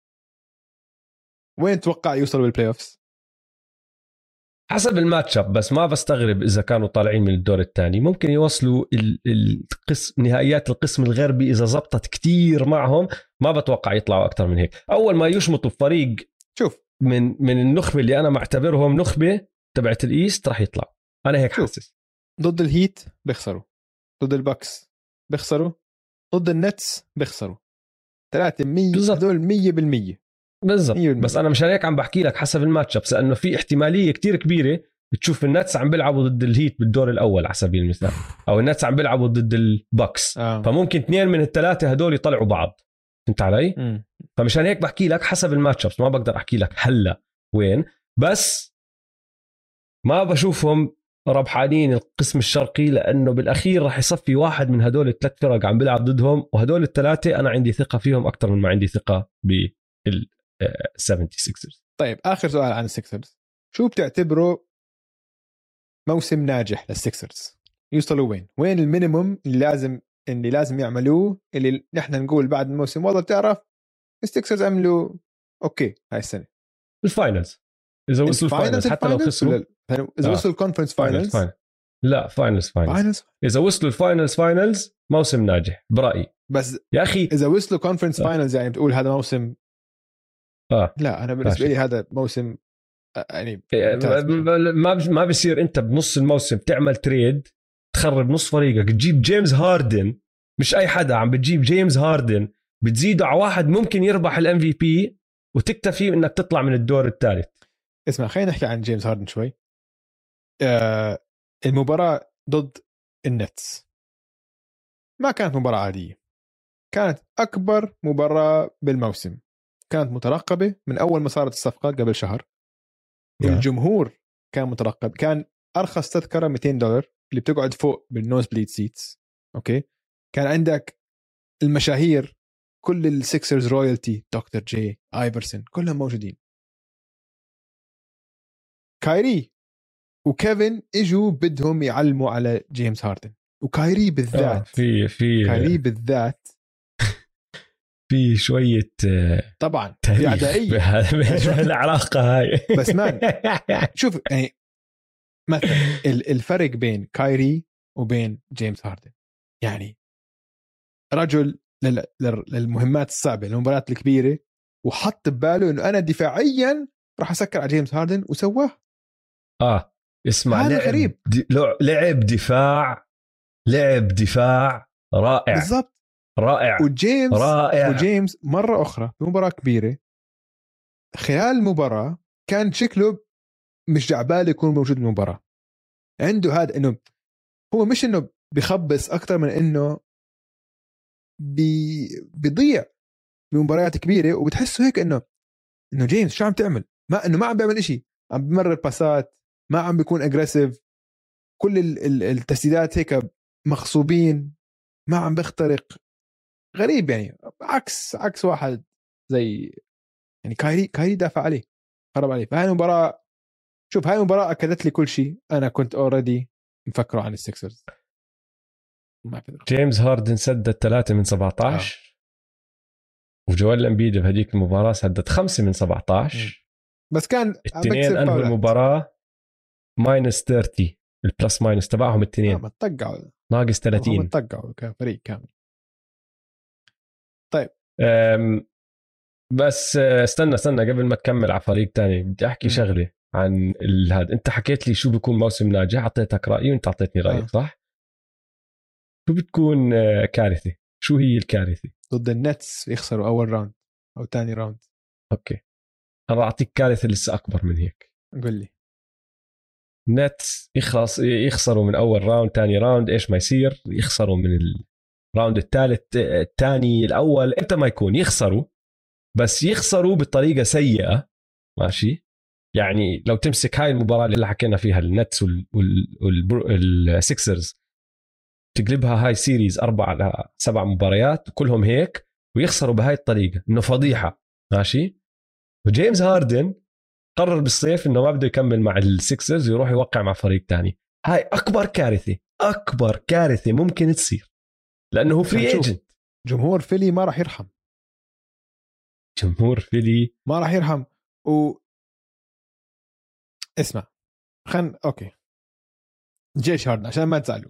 وين توقع يوصلوا بالبلاي اوفز؟ حسب الماتش اب، بس ما بستغرب اذا كانوا طالعين من الدور الثاني ممكن يوصلوا القسم نهائيات القسم الغربي اذا زبطت كتير معهم. ما بتوقع يطلعوا اكثر من هيك. اول ما يشمطوا فريق شوف من النخبه اللي انا معتبرهم نخبه تبعت الايست راح يطلعوا. انا هيك حاسس. ضد الهيت بيخسروا، ضد الباكس بيخسروا، ضد النتس بيخسروا 300 هذول 100% بالضبط. بس انا مشان هيك عم بحكي لك حسب الماتش اب، لانه في احتماليه كتير كبيره تشوف النتس عم بيلعبوا ضد الهيت بالدور الاول على سبيل المثال، او النتس عم بيلعبوا ضد الباكس فممكن 2 من الثلاثه هدول يطلعوا بعض. فهمت علي؟ فمشان هيك بحكي لك حسب الماتش اب، ما بقدر احكي لك هلا وين. بس ما بشوفهم ربحانين القسم الشرقي، لانه بالاخير راح يصفي واحد من هدول الثلاث فرق عم بيلعب ضدهم، وهدول الثلاثه انا عندي ثقه فيهم اكثر من ما عندي ثقه بال 76ers. طيب آخر سؤال عن السكسرز، شو بتعتبره موسم ناجح للسكسرز؟ يوصلوا وين المينيموم اللي لازم يعملوه، اللي نحن نقول بعد الموسم والله بتعرف السكسرز عملوا اوكي هاي السنه الفاينلز؟ اذا وصلوا الفاينلز حتى لو خسروا، اذا وصلوا الكونفرنس فاينلز لا فاينلز اذا وصلوا الفاينلز موسم ناجح برايي. بس يا اخي اذا وصلوا كونفرنس فاينلز يعني بتقول هذا موسم لا انا بالنسبه لي هذا موسم يعني ما بصير انت بنص الموسم تعمل تريد تخرب نص فريقك، تجيب جيمس هاردن، مش اي حدا، عم بتجيب جيمس هاردن بتزيده على واحد ممكن يربح الام في بي وتكتفي انك تطلع من الدور الثالث. اسمع خلينا نحكي عن جيمس هاردن شوي. المباراة ضد النتس ما كانت مباراة عادية، كانت أكبر مباراة بالموسم، كانت مترقبة من أول ما صارت الصفقة قبل شهر. الجمهور كان مترقب، كان أرخص تذكرة $200 اللي بتقعد فوق بالنوز بليد سيتس. أوكي، كان عندك المشاهير كل السيكسرز رويالتي، دكتور جي، آيفرسون، كلهم موجودين. كايري وكيفن اجوا بدهم يعلموا على جيمس هاردن، وكايري بالذات كايري بالذات في شوية طبعا في عدائية العلاقة هاي. بس مان شوف يعني مثلا الفرق بين كايري وبين جيمس هاردن، يعني رجل للمهمات الصعبة المباريات الكبيرة، وحط بباله انه انا دفاعيا راح اسكر على جيمس هاردن وسواه. اسمع لعب دفاع رائع بالضبط، رائع. وجيمس مرة أخرى في مباراة كبيرة خلال المباراة كان شكله مش جعبال يكون موجود بالمباراة. عنده هذا إنه هو مش إنه بيخبص أكتر من إنه بيضيع بمباريات كبيرة، وبتحسه هيك إنه جيمس شو عم تعمل؟ ما عم بيعمل إشي، عم بمرر باسات، ما عم بيكون أجريسيف، كل التسديدات هيك مغصوبين، ما عم بيخترق. غريب يعني، عكس واحد زي يعني كايري دافع عليه، خرب عليه. فهاي المباراة، شوف هاي المباراة أكدت لي كل شيء أنا كنت أوريدي مفكره عن السكسرز. جيمس هاردن سدد 3 من 17 وجوال امبيد بهديك المباراة سدد 5 من 17 بس كان الاثنين انهوا المباراة -30 البلس ماينس تبعهم الاثنين ناقص 30 طقعوا كفريق كامل. طيب بس استنى قبل ما تكمل على فريق تاني بدي احكي شغله عن هذا. انت حكيت لي شو بيكون موسم ناجح، اعطيتك رايي وانت اعطيتني رايك صح؟ شو بتكون كارثه؟ شو هي الكارثه؟ ضد النتس يخسروا اول راوند او ثاني راوند. اوكي انا اعطيك كارثه لسه اكبر من هيك. قل لي. نتس يخسروا من اول راوند، ثاني راوند، ايش ما يصير، يخسروا من الراوند الثالث، الثاني، الاول، امتى ما يكون يخسروا، بس يخسروا بطريقه سيئه. ماشي، يعني لو تمسك هاي المباراه اللي حكينا فيها النتس والسيكسرز تقلبها هاي سيريز 4-7 مباريات كلهم هيك ويخسروا بهاي الطريقه، انه فضيحه. ماشي، وجيمس هاردن قرر بالصيف انه ما بده يكمل مع السيكسرز ويروح يوقع مع فريق تاني. هاي اكبر كارثه ممكن تصير، لانه هو فري ايجنت. جمهور فيلي ما راح يرحم، جمهور فيلي ما راح يرحم. اسمع اوكي، جيش هاردن عشان ما تزعلوا،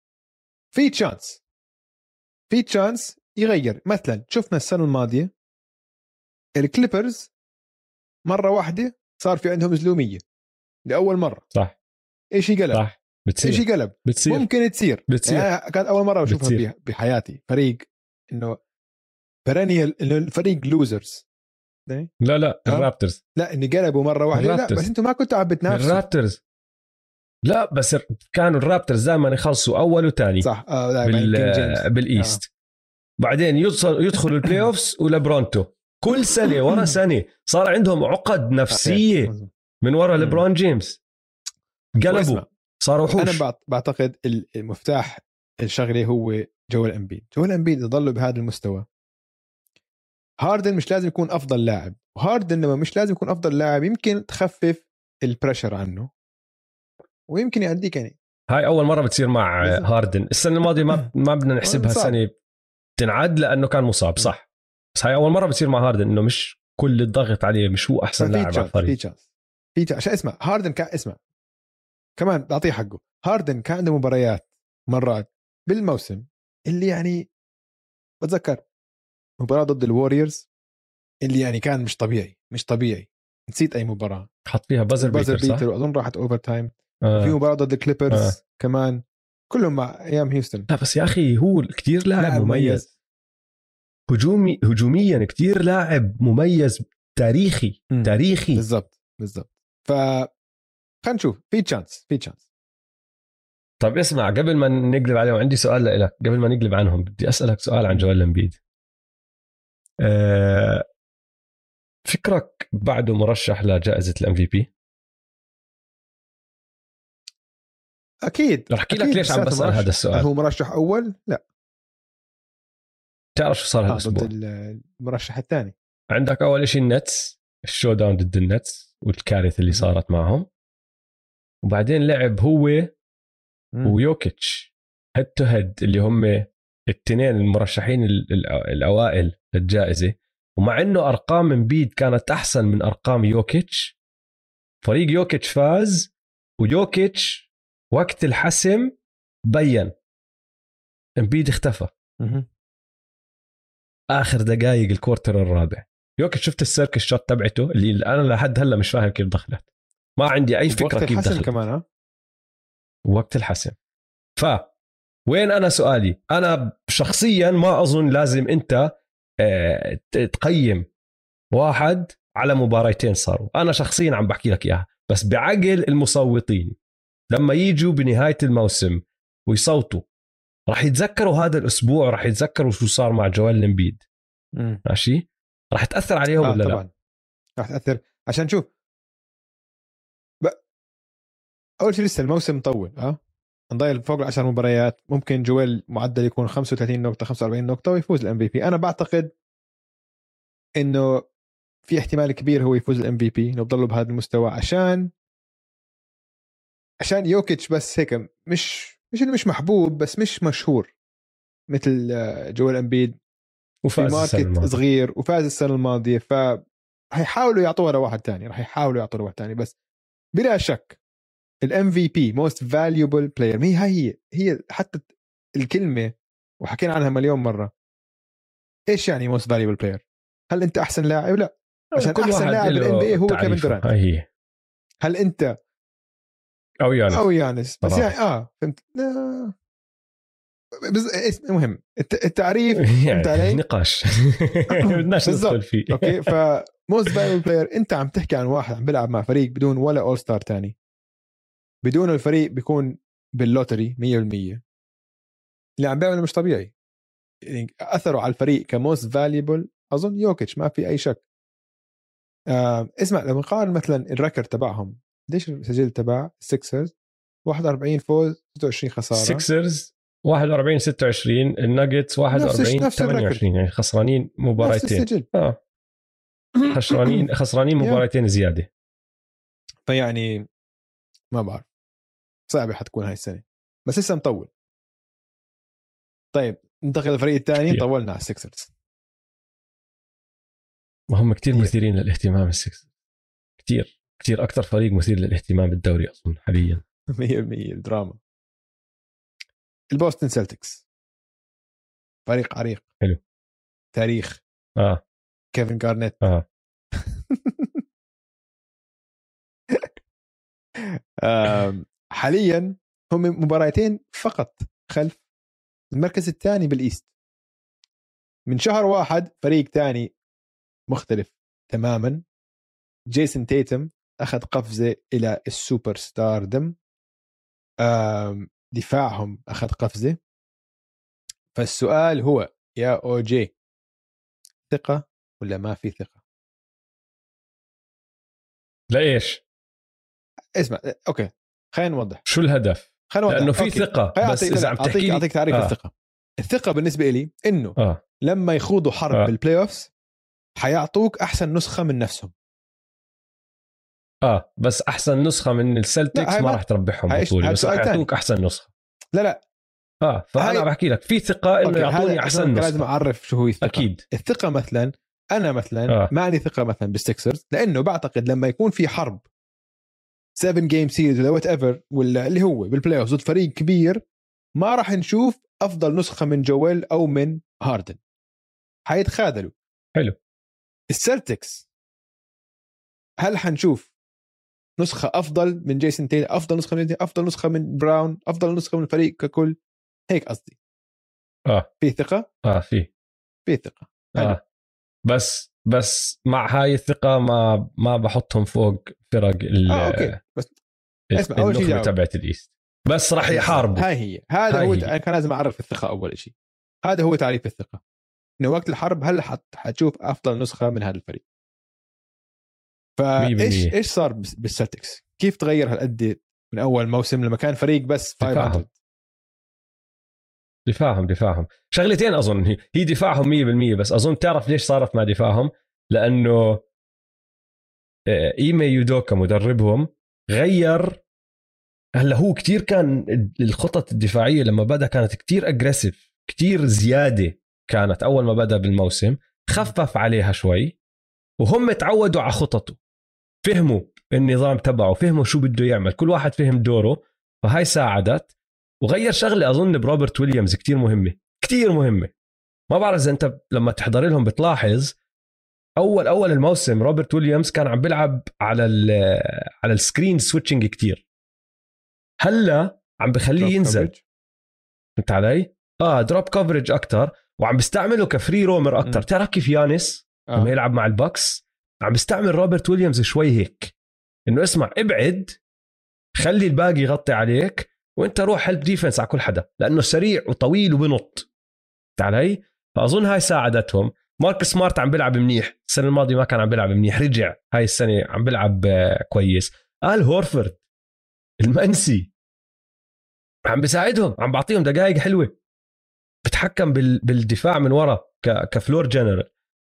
في تشانس يغير. مثلا شفنا السنة الماضية الكليبرز مرة واحدة صار في عندهم زلومية لأول مرة. صح إيش قلب، صح إيش قلب بتصير ممكن تصير. بتصير يعني كانت أول مرة بشوفها بحياتي، فريق إنه برانيال إنه الفريق لوزرز. لا الرابترز لا إني قلبوا مرة واحدة. لا بس أنتوا ما كنتوا عم بتنافسوا الرابترز. لا بس كانوا الرابترز دائما يخلصوا اول وثاني صح. بالايست. بعدين يدخلوا البلاي اوفز ولبرونتو كل سنه ورا سنه صار عندهم عقد نفسيه من ورا ليبرون جيمس، قلبوا صاروا وحوش. انا بعتقد المفتاح الشغله هو جوال امبيد يضل بهذا المستوى. هاردن مش لازم يكون افضل لاعب، وهاردن لما مش لازم يكون افضل لاعب يمكن تخفف البريشر عنه ويمكن يأديك. يعني هاي اول مره بتصير مع هاردن. السنه الماضيه ما بدنا نحسبها سنه تنعد لانه كان مصاب صح، بس هاي اول مره بتصير مع هاردن انه مش كل الضغط عليه، مش هو احسن لاعب على الفريق. في عشان اسمع هاردن اسمع كمان بعطيه حقه. هاردن كان عنده مباريات مرات بالموسم اللي يعني بتذكر مباراة ضد الواريورز اللي يعني كان مش طبيعي. نسيت اي مباراة حط فيها بازر بيتر واظن راحت اوفر تايم. وفي مباراة ضد الكليبرز كمان، كلهم مع ايام هيوستن. لا بس يا اخي هو كتير لاعب مميز هجوميا كتير لاعب مميز تاريخي بالضبط. ف خلينا نشوف في تشانس. طب اسمع، قبل ما نقلب عليهم عندي سؤال لك. قبل ما نقلب عنهم بدي أسألك سؤال عن جوال امبيد. فكرك بعده مرشح لجائزة MVP؟ أكيد. رح أحكي لك ليش عم بسأل هذا السؤال. هو مرشح أول؟ لا. تعرف شو صار هالأسبوع؟ ضد المرشح الثاني. عندك أول إشي النتس، الشو داون ضد النتس والكارثة اللي صارت معهم، وبعدين لعب هو ويوكيتش هيد تو هيد اللي هم التنين المرشحين الأوائل للجائزة. ومع إنه أرقام امبيد كانت أحسن من أرقام يوكيتش، فريق يوكيتش فاز، ويوكيتش وقت الحسم بين امبيد اختفى. آخر دقائق الكورتر الرابع يوكيتش شفت السيركل شوت تبعته اللي أنا لحد هلا مش فاهم كيف دخلت، ما عندي أي فكرة كيف دخلت كمان. وقت الحسم. وين أنا سؤالي، أنا شخصيا ما أظن لازم أنت تقيم واحد على مباراتين صاروا. أنا شخصيا عم بحكي لك إياها، بس بعقل المصوتين لما يجوا بنهاية الموسم ويصوتوا راح يتذكروا هذا الأسبوع، راح يتذكروا شو صار مع جوال امبيد. ماشي، راح تأثر عليهم ولا طبعا. لا راح تأثر عشان شوف أول شيء لسه الموسم مطول. نضيل فوق 10 مباريات، ممكن جويل معدل يكون 35 نقطة 45 نقطة ويفوز الام في بي. أنا بعتقد إنه في احتمال كبير هو يفوز الام في بي لو بضلوا بهذا المستوى، عشان يوكيتش بس هيك مش إنه مش محبوب بس مش مشهور مثل جويل امبيد، وفي ماركت صغير وفاز السنة الماضية. فهيحاولوا يعطوها لواحد تاني، راح يحاولوا يعطوها لواحد تاني. بس بلا شك الام في بي موست فاليوبل بلاير هي حتى الكلمه وحكينا عنها مليون مره. ايش يعني موست فاليوبل بلاير؟ هل انت احسن لاعب؟ لا، عشان كل احسن لاعب بالان بي هو كيفن دورانت. هل انت او يانس بس يعني فهمت. المهم التعريف يعني علي؟ نقاش بدناش ندخل فيه. اوكي، فموست فاليوبل بلاير انت عم تحكي عن واحد عم بيلعب مع فريق بدون ولا اول ستار تاني، بدون الفريق بيكون باللوتري 100%. اللي عم بيعمله مش طبيعي. يعني أثروا على الفريق كموست فاليبل أظن يوكيتش ما في أي شك. اسمع لما نقارن مثلا الريكورد تبعهم، ليش السجل تبع السكسرز 41 فوز 26 خسارة. السكسرز 41 26، الناجتس 41 28، يعني خسرانين مباراتين. نفس السجل. خسرانين مباراتين زيادة. فيعني ما بعرف، صعبة حتكون هاي السنة بس لسه مطول. طيب ننتقل للفريق الثاني. طولنا على السكسرز. ما هم كتير مثيرين للاهتمام السكسرز، كتير أكتر فريق مثير للاهتمام بالدوري أظن حاليا. 100% الدراما. البوستن سيلتكس فريق عريق، حلو، تاريخ. كيفن غارنيت. حاليا هم مباراتين فقط خلف المركز الثاني بالإيست. من شهر واحد فريق تاني مختلف تماما، جيسون تيتم أخذ قفزة إلى السوبر ستار دم. دفاعهم أخذ قفزة. فالسؤال هو يا أو جي، ثقة ولا ما في ثقة؟ لا إيش اسمع أوكي خلينا نوضح شو الهدف. لأنه في ثقة، بس إذا عم تحكي أعطيك تعريف الثقة بالنسبة لي إنه لما يخوضوا حرب بالبلاي أوفس حيعطوك أحسن نسخة من نفسهم. بس أحسن نسخة من السلتكس ما راح تربحهم بطولة، بس حيعطوك أحسن نسخة. لا فأنا بحكي لك في ثقة إنه يعطوني أحسن نسخة. لازم أعرف شو هو الثقة. أكيد الثقة مثلا أنا مثلا ما عندي ثقة مثلا بالستيكسرز، لأنه بعتقد لما يكون في حرب 7 جيم سيريز ولا وات ايفر ولا اللي هو بالبلاي اوف ضد فريق كبير، ما راح نشوف افضل نسخه من جويل او من هاردن، حيتخاذلوا. حلو. السلتكس هل حنشوف نسخه افضل من جيسون تيلر، افضل نسخه من براون، افضل نسخه من الفريق ككل؟ هيك قصدي. في ثقه. في ثقه. بس مع هاي الثقة ما بحطهم فوق فرق اوكي بس اسمع اول شيء تبعت الايست، بس راح يحاربوا. هذا هو انا كان لازم اعرف الثقة اول شيء. هذا هو تعريف الثقة، انه وقت الحرب هل حتشوف افضل نسخة من هذا الفريق. ايش صار بالسلتكس؟ كيف تغير هالقد من اول موسم لما كان فريق بس 500؟ دفاعهم شغلتين اظن، هي دفاعهم 100%، بس اظن تعرف ليش صارت مع دفاعهم؟ لانه ايمي يودوكا مدربهم غير. هلا هو كتير كان الخطط الدفاعيه لما بدا كانت كتير اجريسيف، كتير زياده كانت اول ما بدا بالموسم، خفف عليها شوي وهم تعودوا على خططه، فهموا النظام تبعه، فهموا شو بده يعمل، كل واحد فهم دوره، فهاي ساعدت. وغير شغله اظن بروبرت ويليامز كتير مهمه. ما بعرف اذا انت لما تحضر لهم بتلاحظ اول الموسم روبرت ويليامز كان عم بيلعب على السكرين سويتشنج كتير، هلا عم بخليه ينزل. فهمت علي؟ دروب كفرج اكتر، وعم بيستعمله كفري رومر اكتر. تعرف كيف يانس لما يلعب مع البوكس عم بيستعمل روبرت ويليامز شوي هيك، انه اسمع ابعد، خلي الباقي يغطي عليك وانت روح هيلب ديفنس على كل حدا، لانه سريع وطويل وبنط. علي؟ فاظن هاي ساعدتهم. مارك سمارت عم بيلعب منيح، السنه الماضيه ما كان عم بيلعب منيح، رجع هاي السنه عم بيلعب كويس. هورفورد المنسي عم بيساعدهم، عم بعطيهم دقائق حلوه، بتحكم بالدفاع من ورا كفلور جنرال.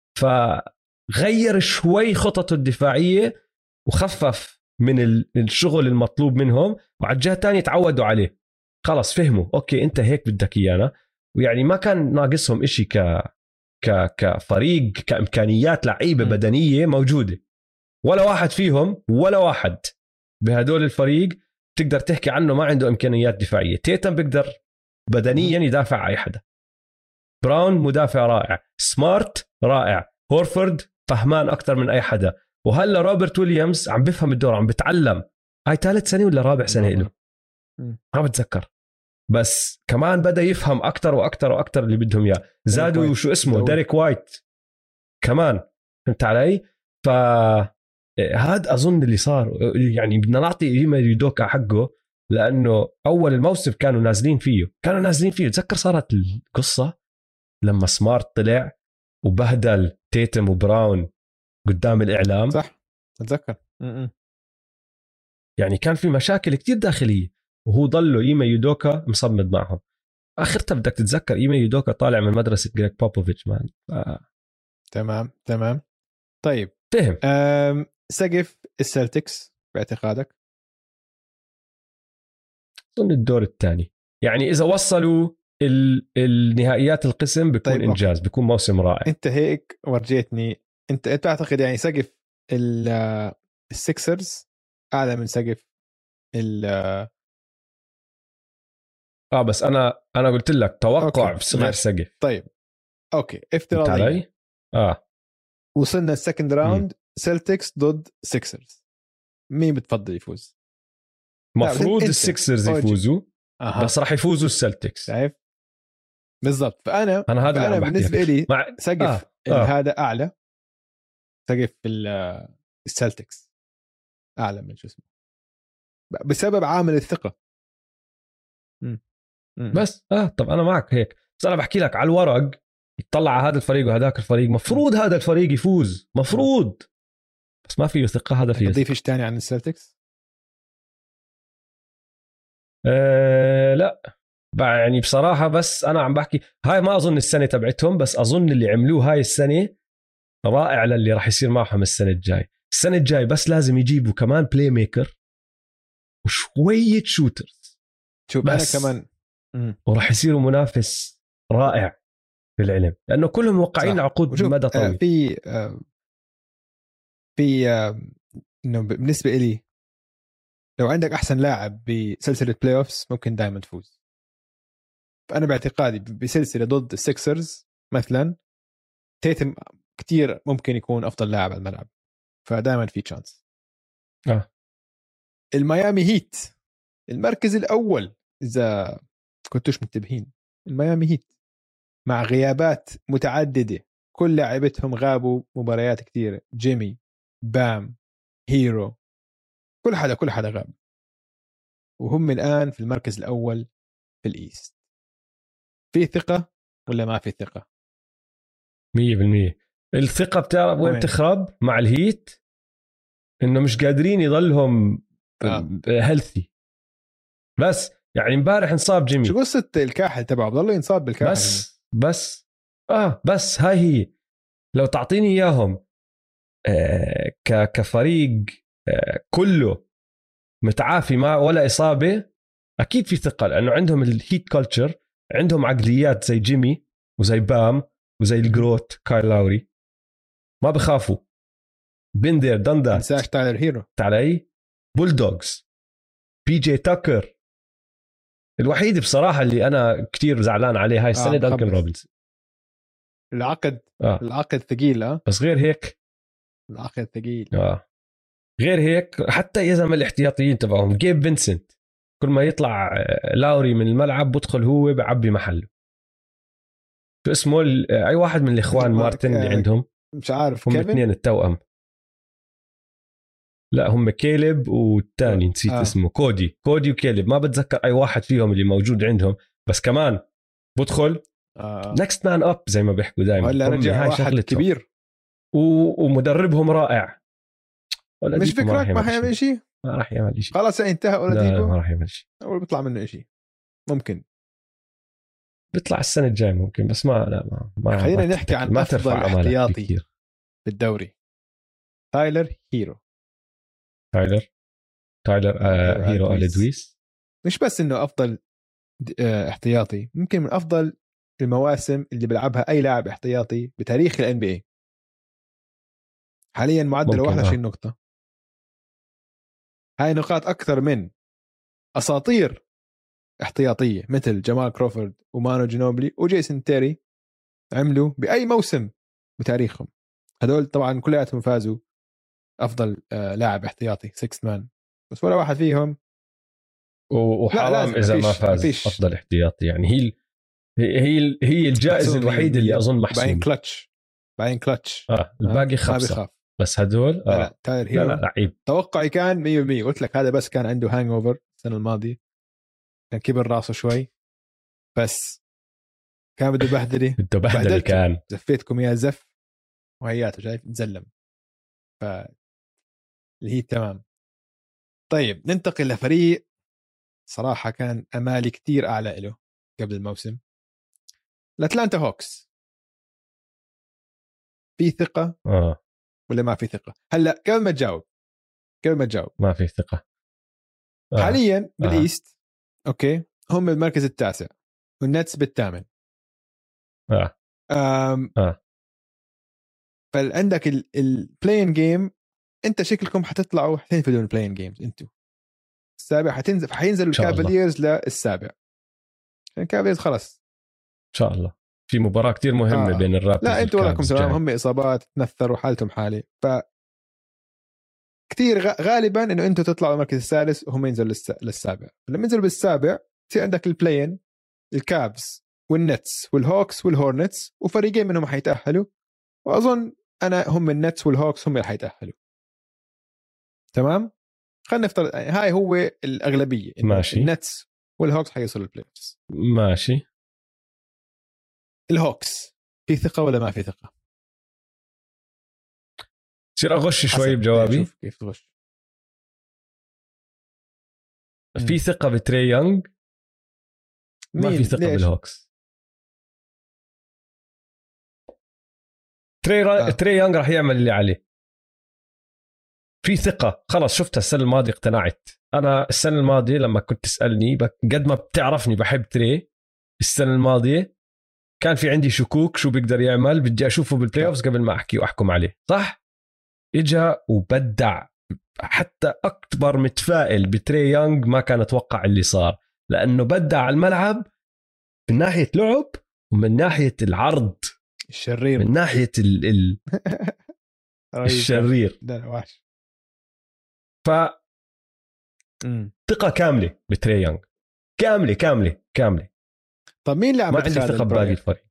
فغير شوي خططه الدفاعيه وخفف من الشغل المطلوب منهم، وعلى الجهه الثانيه تعودوا عليه، خلص فهموا اوكي انت هيك بدك ايانا. ويعني ما كان ناقصهم إشي كفريق، كإمكانيات لعيبة بدنية موجودة، ولا واحد فيهم ولا واحد بهدول الفريق تقدر تحكي عنه ما عنده إمكانيات دفاعية. تيتم بيقدر بدنيا يدافع على أي حدا، براون مدافع رائع، سمارت رائع، هورفورد فهمان أكتر من أي حدا، وهلا روبرت ويليامز عم بفهم الدور، عم بتعلم. هاي 3 سنة ولا رابع سنة له ما بتذكر، بس كمان بدأ يفهم أكتر وأكتر وأكتر اللي بدهم إياه. زادوا شو اسمه ديريك وايت كمان، فهمت علي؟ فهذا أظن اللي صار. يعني بدنا نعطي إيما يودوكا حقه، لأنه أول الموسم كانوا نازلين فيه. تذكر صارت القصة لما سمارت طلع وبهدل تيتم وبراون قدام الإعلام، صح أتذكر. يعني كان في مشاكل كتير داخلية، وهو ضله إيما يودوكا مصمد معهم. آخرتها بدك تتذكر إيما يودوكا طالع من مدرسة جريك بوبوفيتش مان. تمام. طيب فهم. سقف السلتكس باعتقادك؟ أظن الدور الثاني، يعني إذا وصلوا النهائيات القسم بيكون طيب انجاز، بيكون موسم رائع. انت هيك ورجيتني، انت تعتقد يعني سقف السكسرز اعلى من سقف بس انا قلت لك توقع أوكي. بصغر سقف. طيب اوكي، فهمت افتراضيا علي؟ وصلنا السكند راوند، سيلتكس ضد سيكسرز، مين بتفضل يفوز؟ مفروض السكسرز يفوزوا. بس راح يفوزوا السلتكس. شايف بالضبط. فانا هذا اللي عم بالنسبه لي سقف آه. هذا اعلى، سقف السلتكس اعلى من شو اسمه، بسبب عامل الثقه. بس طب انا معك هيك، بس انا بحكي لك على الورق، يطلع على هذا الفريق وهذاك الفريق، مفروض هذا الفريق يفوز، مفروض، بس ما فيه ثقه. هذا فيه. تضيف ايش ثاني عن السلتكس؟ لا يعني بصراحه، بس انا عم بحكي هاي ما اظن السنه تبعتهم، بس اظن اللي عملوه هاي السنه رائع للي راح يصير معهم السنه الجاي. السنه الجاي بس لازم يجيبوا كمان بلاي ميكر وشويه شوترز. شوف بس انا كمان وراح يصيروا منافس رائع في العلم، لانه كلهم موقعين عقود مدى طويل. في انه بالنسبه لي لو عندك احسن لاعب بسلسله بلاي اوفس ممكن دائما تفوز. فانا باعتقادي بسلسله ضد السكسرز مثلا تيتم كتير ممكن يكون افضل لاعب على الملعب، فدائما في تشانس. الميامي هيت المركز الاول اذا كنتوش منتبهين، الميامي هيت مع غيابات متعدده، كل لاعبتهم غابوا مباريات كثيره، جيمي، بام، هيرو، كل حدا غاب، وهم الان في المركز الاول في الايست. في ثقه ولا ما في ثقه؟ 100%. الثقه بتعرف وين تخرب مع الهيت؟ انه مش قادرين يضلهم هيلثي. بس يعني امبارح انصاب جيمي، شو قصه الكاحل تبعه؟ بضل ينصاب بالكاحل. بس هاي هي. لو تعطيني اياهم كفريق كله متعافي ما ولا اصابه، اكيد في ثقه، لانه عندهم الهيت كلتشر، عندهم عقليات زي جيمي وزي بام وزي الجروت كايل لاوري، ما بخافوا. بندر دندات، انساش تايلر هيرو علي، بولدوغز، بي جي تاكر. الوحيد بصراحه اللي انا كتير زعلان عليه هاي السنه دانكن روبنز. العقد ثقيل. بس غير هيك العقد ثقيل. غير هيك حتى اذا ما الاحتياطيين تبعهم جيب فينسنت، كل ما يطلع لاوري من الملعب بدخل هو بعبي محله. شو اسمه اي واحد من الاخوان مارتن اللي عندهم؟ مش عارف. هم اثنين التوأم. لا هم كيلب والتاني نسيت اسمه، كودي وكيلب، ما بتذكر اي واحد فيهم اللي موجود عندهم، بس كمان بدخل نكست مان اب زي ما بيحكوا دائما. ولا رجع واحد كبير ومدربهم رائع. مش فكرك ما حيعمل شيء، ما راح يعمل شيء، خلاص انتهى ولا ما راح يعمل شيء، ولا بيطلع منه شيء. ممكن بيطلع السنه الجايه ممكن، بس ما خلينا نحكي عن افضل احتياطي في الدوري. تايلر هيرو هيرو أليدويس. مش بس انه افضل احتياطي، ممكن من افضل المواسم اللي بيلعبها اي لاعب احتياطي بتاريخ الان بي اي. حاليا معدله 21 نقطه. هاي نقاط اكثر من اساطير احتياطيه مثل جمال كروفورد ومانو جينوبلي وجيسون تيري عملوا باي موسم بتاريخهم. هدول طبعا كلياتهم فازوا افضل لاعب احتياطي 6 مان، بس ولا واحد فيهم. وحرام اذا ما فاز افضل احتياطي. يعني هي الجائزه الوحيده اللي اظن محسومه. بعدين كلتش الباقي خبصه. بس هدول لا تاير هيرو. لا لعيب. توقعي كان 100%. قلت لك هذا بس كان عنده هانج اوفر السنه الماضيه، كان كبر راسه شوي، بس كان بده بهدله كان زفيتكم يا زف وهياته شايف تزلم. ف اللي هي تمام. طيب ننتقل لفريق صراحه كان امالي كتير اعلى له قبل الموسم، الاتلانتا هوكس. في ثقه ولا ما في ثقه؟ هلا قبل ما تجاوب ما في ثقه. حاليا بالايست اوكي هم المركز التاسع والنتس بالثامن. آه. فعندك البلاين جيم، انت شكلكم حتطلعوا حتنفذوا البلاين جيمز. انتوا السابع حينزلوا الكافاليرز للسابع. الكافاليرز خلص ان شاء الله في مباراه كتير مهمه بين الرابترز. لا انتوا وراكم تمام، هم اصابات تنثروا حالتهم حالي، ف كتير غالبا انه انتوا تطلعوا المركز الثالث وهم ينزلوا للسابع. لما ينزلوا بالسابع تصير عندك البلاين، الكابز والنتس والهوكس والهورنتس، وفريقين منهم حيتاهلوا، واظن انا هم النتس والهوكس هم اللي حيتاهلوا. تمام، خلينا نفترض هاي هو الاغلبيه، ماشي. النتس والهوكس حيوصلوا البلاي اوفز. ماشي. الهوكس في ثقه ولا ما في ثقه؟ صير اغش شوي بجوابي. شوف كيف تغش. في ثقه بتري يونغ، ما في ثقه بالهوكس. تري يونغ راح يعمل اللي عليه. في ثقه خلص، شفتها السنه الماضيه اقتنعت. انا السنه الماضيه لما كنت تسالني قد ما بتعرفني بحب تري، السنه الماضيه كان في عندي شكوك شو بيقدر يعمل، بدي اشوفه بالبلاي اوفز قبل ما احكي واحكم عليه. صح، اجا وبدع. حتى اكبر متفائل بتري يونغ ما كان اتوقع اللي صار، لانه بدع على الملعب من ناحيه لعب ومن ناحيه العرض الشرير، من ناحيه الشرير. ف ثقه كامله بتري يونغ، كامله كامله كامله. طب مين لاعب ما عندي ثقه بباقي الفريق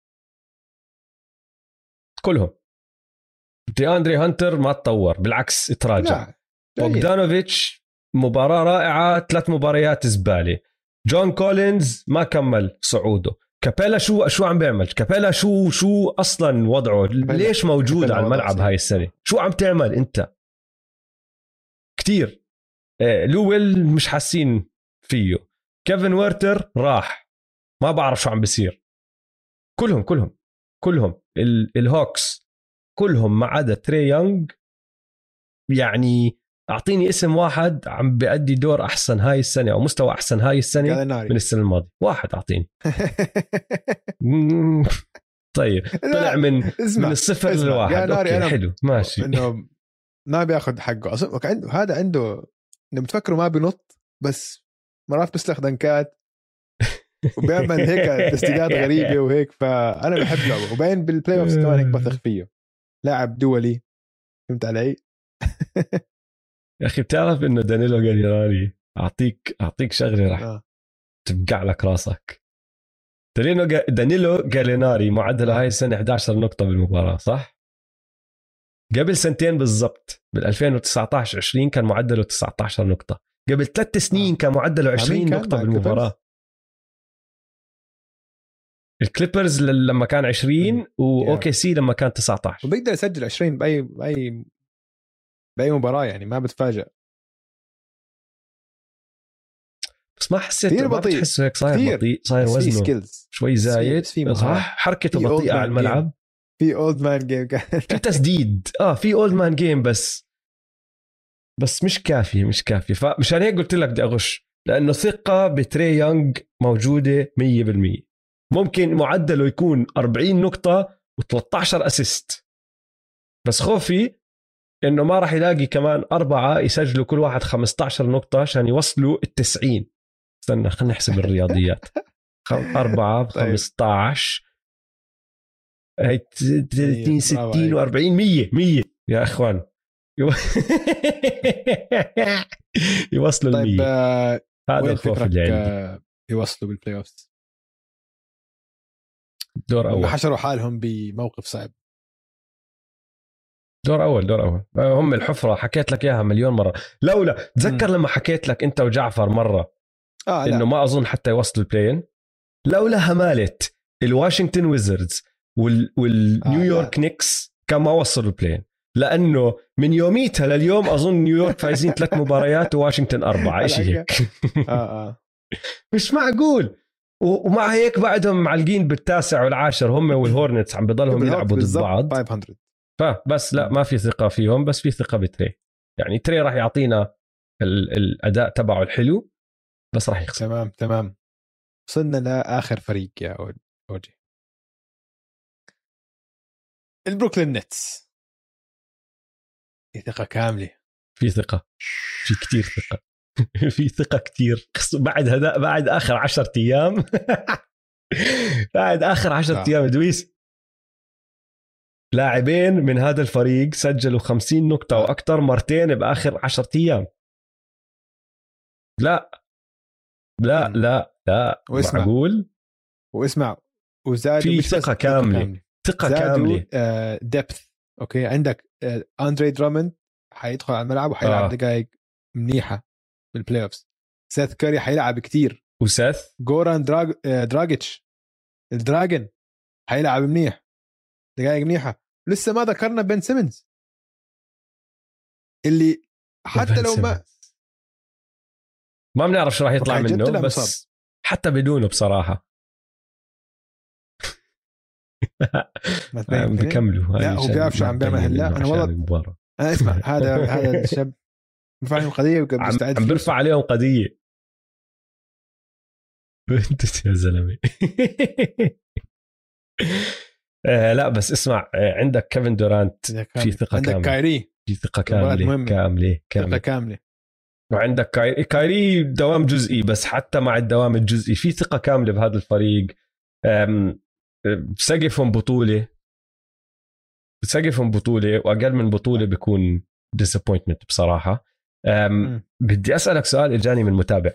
كلهم. دي أندري هانتر ما تطور، بالعكس اتراجع. بوغدانوفيتش مباراة رائعة، 3 مباريات زبالة. جون كولينز ما كمل صعوده. كابيلا شو عم بيعمل؟ كابيلا شو أصلا وضعه؟ ليش موجود على الملعب هاي السنة؟ شو عم تعمل أنت؟ كتير. لويل مش حاسين فيه. كيفن ويرتر راح، ما بعرف شو عم بيصير. كلهم الهوكس كلهم ما عدا تري يونغ. يعني أعطيني اسم واحد عم بيأدي دور أحسن هاي السنة أو مستوى أحسن هاي السنة من السنة الماضية. واحد أعطيني. طيب طلع من الصفر للواحد. أوكي حلو ماشي. إنه ما بياخد حقه أصلا. هذا عنده إنه بتفكروا ما بينط، بس مرات بيسلخ دنكات وبيعمل هيك تسديدات غريبة وهيك. فأنا بحب لعبه، وبين بالبلاي أوفز كمان هيك بثق فيه. لاعب دولي، فهمت علي؟ يا أخي بتعرف إنه دانيلو جاليناري أعطيك شغلة راح تبقع لك راسك. دانيلو جاليناري معدله هاي السنة 11 نقطة بالمباراة، صح؟ قبل سنتين بالضبط بال 2019-20 كان معدله 19 نقطة. قبل 3 سنين كان معدله 20 نقطة بالمباراة. الكليبرز لما كان 20 وأوكي سي لما كان 19. وبيقدر يسجل 20 بأي مباراة، يعني ما بتفاجأ. بس ما حسيت، ما بتحسه هيك صاير بطيء، صاير وزنه شوي زايد. صح، حركته بطيئة على الملعب. في اولد مان جيم في تسديد في اولد مان جيم بس مش كافي. فمشان هيك قلت لك بدي اغش، لانه ثقة بتري يونغ موجودة 100%. ممكن معدله يكون 40 نقطة و13 أسيست، بس خوفي إنه ما راح يلاقي كمان 4 يسجلوا كل واحد 15 نقطة عشان يوصلوا 90. استنى خلينا نحسب الرياضيات. 4 ب15 هي 30 60 و40 100 يا إخوان. يوصلوا طيب 100. هذا الخوف اللي عندي. يوصلوا بالبلاي اوفز دور أول. حشروا حالهم بموقف صعب. دور أول هم الحفرة. حكيت لك إياها مليون مرة. لولا تذكر لما حكيت لك أنت وجعفر مرة إنه ما أظن حتى يوصلوا البلاين، لولا همالة الواشنطن ويزردز والنيويورك نيكس كان ما وصلوا البلاين. لأنه من يوميتها لليوم أظن نيويورك فايزين 3 مباريات وواشنطن 4 إشي هيك. مش معقول. ومع هيك بعدهم معلقين بالتاسع والعاشر هم والهورنتس عم بضلهم يلعبوا ضد بعض 500. فبس لا ما في ثقة فيهم، بس في ثقة بتري. يعني تري راح يعطينا الأداء تبعه الحلو، بس راح يخسر. تمام وصلنا لاخر فريق يا اوجي، البروكلين نتس. في ثقه كامله، في ثقه، في كتير ثقه في ثقه كتير بعد اخر 10 ايام بعد اخر 10 ايام دويس، لاعبين من هذا الفريق سجلوا 50 نقطه واكثر مرتين باخر 10 ايام. لا لا لا لا معقول. واسمع وزادوا في ثقه كامله، ثقه كامله ديبث. اوكي عندك اندري دراموند حيدخل على الملعب وحيلعب دقائق منيحه بالبلاي اوفز. سيث كاري حيلعب كتير، وسيث جوران دراجيتش الدراجن حيلعب منيح دقائق منيحه. لسه ما ذكرنا بن سيمنز اللي حتى لو ما بنعرف شو راح يطلع منه، بس مصاب. حتى بدونه بصراحه بكملوا. لا هو بيعرف شو عم بيعمل هلا. انا والله انا اسمع هذا الشاب بيرفع عليهم قضيه ومستعد عم بيرفع عليهم قضيه بنت يا زلمه لا بس اسمع، عندك كيفن دورانت في ثقه كامله، عندك كايري في ثقه كامله وعندك كايري دوام جزئي، بس حتى مع الدوام الجزئي في ثقه كامله بهذا الفريق. سقفهم بطوله واقل من بطوله بيكون disappointment بصراحه. بدي اسالك سؤال اجاني من متابع،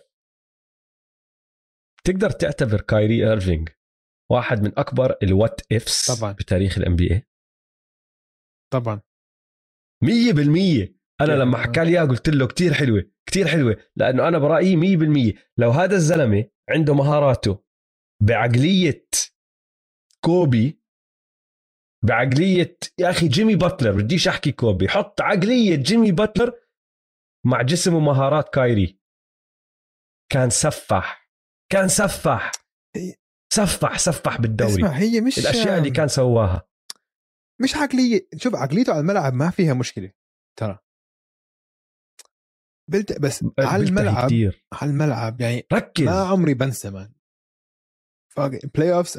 تقدر تعتبر كايري إيرفينغ واحد من اكبر الوات افس بتاريخ الام بي اي؟ طبعا 100%. انا لما حكى لي قلت له كتير حلوه لانه انا برايي 100% لو هذا الزلمه عنده مهاراته بعقليه كوبي، بعقليه يا اخي جيمي باتلر، بديش احكي كوبي، حط عقليه جيمي باتلر مع جسم ومهارات كايري، كان سفح بالدوري. اسمع هي مش الاشياء اللي كان سواها مش عقليه. شوف عقليته على الملعب ما فيها مشكله ترى، بس على الملعب يعني ركز. ما عمري بنسى مان بلاي اوفز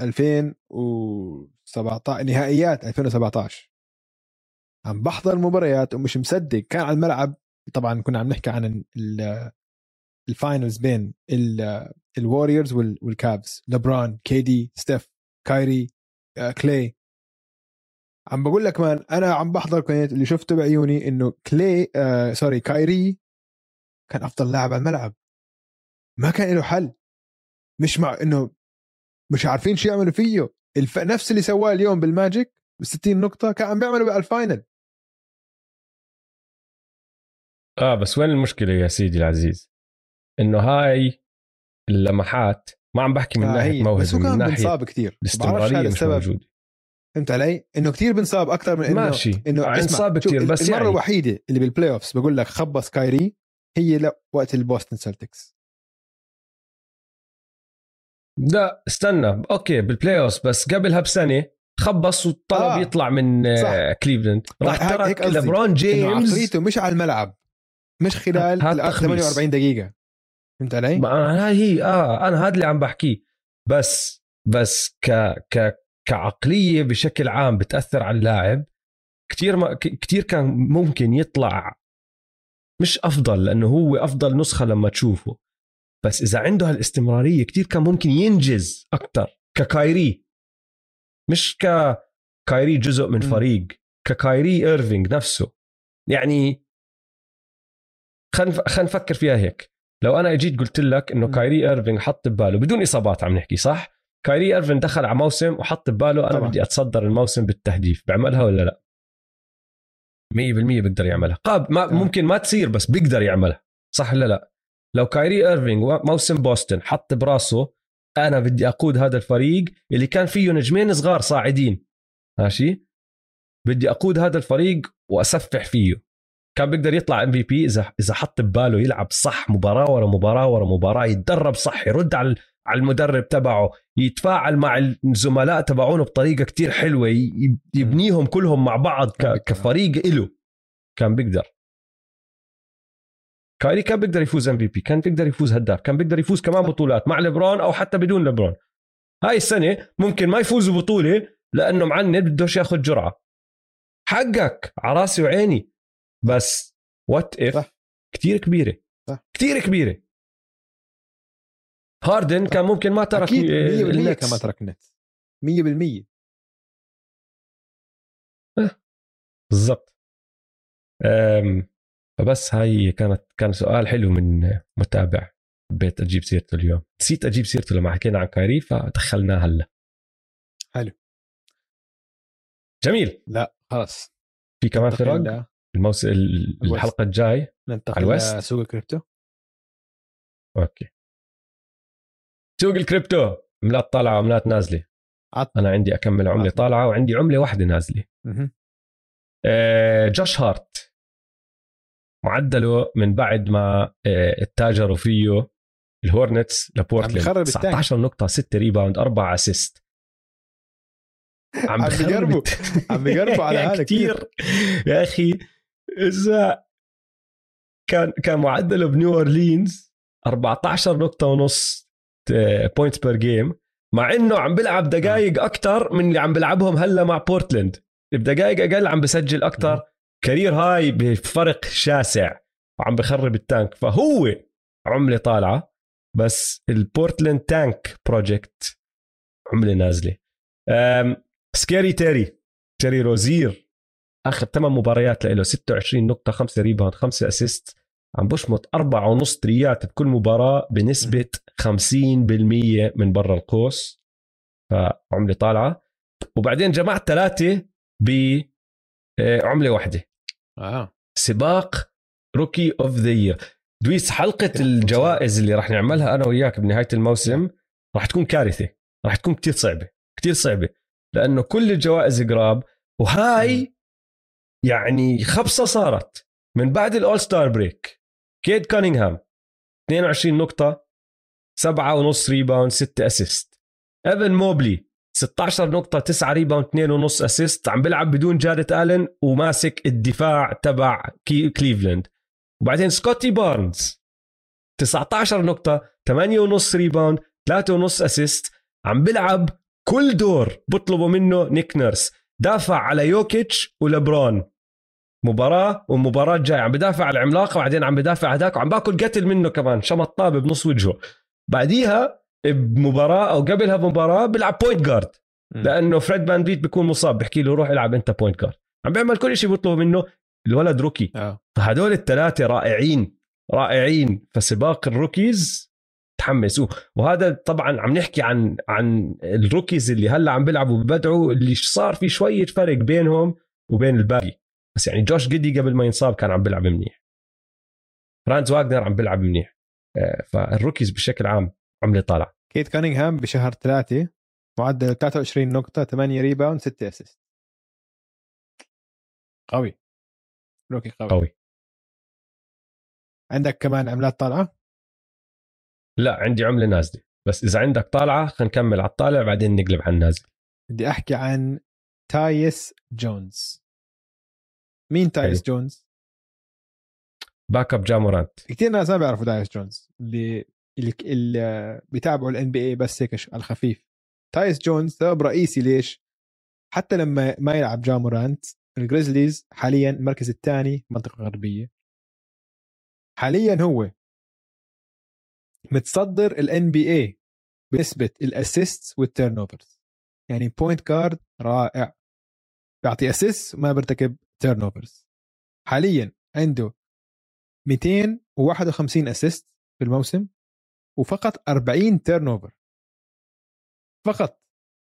2017 نهائيات 2017 عم بحضر المباريات ومش مصدق كان على الملعب. طبعا كنا عم نحكي عن الفاينلز بين الواريورز والكابز، لبران، كيدي، ستيف، كايري، كلاي. عم بقول لك مان انا عم بحضر كنت اللي شفته بعيوني انه كايري كان افضل لاعب على الملعب، ما كان له حل. مش مع انه مش عارفين شو يعملوا فيه، نفس اللي سواه اليوم بالماجيك ب60 نقطة كان عم بيعملوا بالفاينل. بس وين المشكلة يا سيدي العزيز؟ انه هاي اللمحات ما عم بحكي من ناحية موهبة، من ناحية بنصاب كتير، الاستمرارية مش موجودة. فهمت علي؟ انه كتير بنصاب اكثر من انه ماشي انه انصاب كتير، بس المرة يعني الوحيدة اللي بالبلاي اوفز بقول لك خبص كايري هي وقت البوستن سلتكس. لا استنى، اوكي بالبلاي اوف، بس قبلها بسنه خبص وطلب يطلع من كليفلاند، راح ترك لبرون جيمس. عقليته مش على الملعب، مش خلال 48 دقيقه. فهمت علي؟ هاي هي انا هذا اللي عم بحكيه. بس كعقليه بشكل عام بتاثر على اللاعب كتير كان ممكن يطلع مش افضل، لانه هو افضل نسخه لما تشوفه، بس إذا عنده هالاستمرارية كتير كان ممكن ينجز أكتر. ككايري، مش ككايري جزء من فريق، ككايري إيرفينغ نفسه. يعني خلينا نفكر فيها هيك. لو أنا جيت قلت لك إنه كايري إيرفينغ حط بباله بدون إصابات، عم نحكي صح، كايري إيرفينغ دخل على موسم وحط بباله أنا طبعا بدي أتصدر الموسم بالتهديف، بعملها ولا لا؟ 100% بقدر يعملها. ممكن ما تصير بس بقدر يعملها، صح ولا لا؟ لو كايري إيرفينغ موسم بوسطن حط براسه أنا بدي أقود هذا الفريق اللي كان فيه نجمين صغار صاعدين، ماشي، بدي أقود هذا الفريق وأسفح فيه، كان بيقدر يطلع MVP إذا حط بباله يلعب صح مباراة ورا مباراة ورا مباراة، يتدرب صح، يرد على المدرب تبعه، يتفاعل مع الزملاء تبعونه بطريقة كتير حلوة، يبنيهم كلهم مع بعض كفريق إله، كان بيقدر. كايري كان بيقدر يفوز MVP، كان بيقدر يفوز هداف، كان بيقدر يفوز كمان بطولات مع ليبرون او حتى بدون ليبرون. هاي السنه ممكن ما يفوزوا بطوله لانه معند بدوش ياخذ جرعه. حقك على راسي وعيني، بس وات اف كتير كبيره، كتير كبيره. هاردن كان ممكن ما ترك النتس، كان ما ترك النتس 100%. بالضبط. فبس هاي كان سؤال حلو من متابع، حبيت اجيب سيرته اليوم، نسيت اجيب سيرته لما حكينا عن كايري فدخلناه هلا. حلو جميل. لا خلاص، في كمان فرق الموسم الحلقه الجاي ننتقل لسوق الكريبتو. اوكي، سوق الكريبتو، عملات طالعه وعملات نازله. انا عندي اكمل عمله طالعه وعندي عمله واحده نازله. جوش هارت معدله من بعد ما اتاجروا فيه الهورنتس لبورتلاند 19.6 ريباوند 4 اسيست. عم بيقربوا على هذا كتير يا اخي. اذا كان معدله بنيو اورلينز 14.5 بوينتس بير جيم، مع انه عم بلعب دقائق اكتر من اللي عم بلعبهم هلا مع بورتلاند، بدقائق اقل عم بسجل اكتر. كارير هاي بفرق شاسع وعم بخرب التانك. فهو عمله طالعه، بس البورتلاند تانك بروجكت عمله نازله. سكيري تيري روزير اخر 8 مباريات له 26.5 ريباوند 5 اسيست، عم بشمط 4.5 تريات بكل مباراه بنسبه 50% من برا القوس. فعمله طالعه. وبعدين جمعت 3 بعمله واحده. سباق روكي اوف ذا يير. دويس، حلقه الجوائز اللي راح نعملها انا وياك بنهايه الموسم راح تكون كارثه، راح تكون كتير صعبه لانه كل الجوائز قراب. وهاي يعني خبصه صارت من بعد الاول ستار بريك. كيد كانينغهام 22 نقطه 7.5 ريباوند 6 اسيست. ايفن موبلي 16 نقطة 9 ريباوند 2.5 اسيست، عم بلعب بدون جاريت آلن وماسك الدفاع تبع كليفلاند. وبعدين سكوتي بارنز 19 نقطة 8.5 ريباوند 3.5 اسيست، عم بلعب كل دور بطلبوا منه نيك نيرس. دافع على يوكيتش ولبرون مباراة ومباراة جاي، عم بدافع على العملاق وبعدين عم بدافع هداك، وعم باكل قتل منه كمان شمط طابة بنص وجهه. بعديها بمباراة أو قبلها بمباراة بلعب بوينت جارد لأنه فريد فان فليت بيكون مصاب، بحكي له روح العب أنت بوينت جارد. عم بيعمل كل شيء بيطلبه منه الولد روكي. فهدول الثلاثة رائعين. فسباق الروكيز تحمسوا. وهذا طبعا عم نحكي عن الروكيز اللي هلا عم بيلعبوا ببدعوا، اللي صار في شوية فرق بينهم وبين الباقي. بس يعني جوش جدي قبل ما ينصاب كان عم بيلعب منيح، فرانز واغنر عم بيلعب منيح. فالروكيز بشكل عام عملة طالع. كيت كانينغهام بشهر 3 معدل 23 نقطة 8 ريباوند 6 اسيست. قوي، روكي قوي. عندك كمان عملات طالعة؟ لا عندي عملة نازلة، بس إذا عندك طالعة خلينا نكمل على الطالع بعدين نقلب على النازل. بدي أحكي عن تايس جونز. مين تايس جونز؟ باك اب جامورانت. كتير ناس ما بيعرفوا تايس جونز، اللي بيتابعوا الان بي اي بس هيك على الخفيف. تايس جونز سبب رئيسي ليش حتى لما ما يلعب جامورانت الجريزليز حاليا المركز الثاني منطقة غربية. حاليا هو متصدر الان بي اي بنسبة الاسيست والتيرن اوفرز. يعني بوينت كارد رائع، بيعطي اسيست وما بيرتكب تيرن اوفرز. حاليا عنده 251 اسيست في الموسم وفقط 40 تيرن اوفر. فقط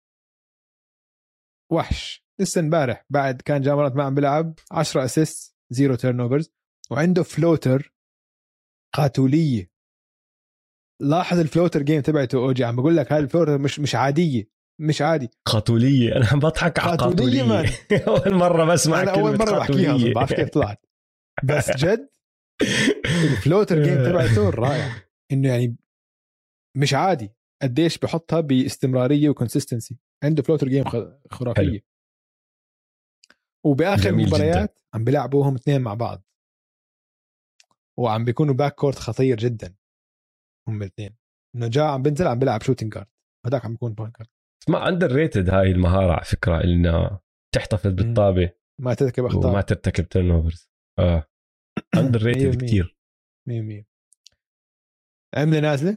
وحش. لسه امبارح بعد كان جامرات ما عم بيلعب 10 اسيست 0 تيرن اوفرز، وعنده فلوتر قاتوليه. لاحظ الفلوتر جيم تبعته اوجي، عم بقول لك هاي الفلوتر مش عاديه، مش عادي، قاتوليه. انا عم بضحك على قاتوليه اول مره بسمع أنا اول مره بحكيها، ما بعرف كيف طلعت بس جد الفلوتر جيم تبعته رائع. انه يعني مش عادي قديش بحطها باستمراريه وكونسيستنسي. عنده فلوتر جيم خرافيه. حلو. وباخر مباريات عم بيلعبوهم اثنين مع بعض. وعم بيكونوا باك كورت خطير جدا هم الاثنين. انه جاء عم بنزل عم بيلعب شوتنج جارد، هذاك عم بيكون بوينت جارد. ما اندر ريتد هاي المهاره على فكره، انها تحتفظ بالطابه ما ترتكب اخطاء وما ترتكب تيرن اوفرز. اندر ريتد كثير 100%. عمله نازله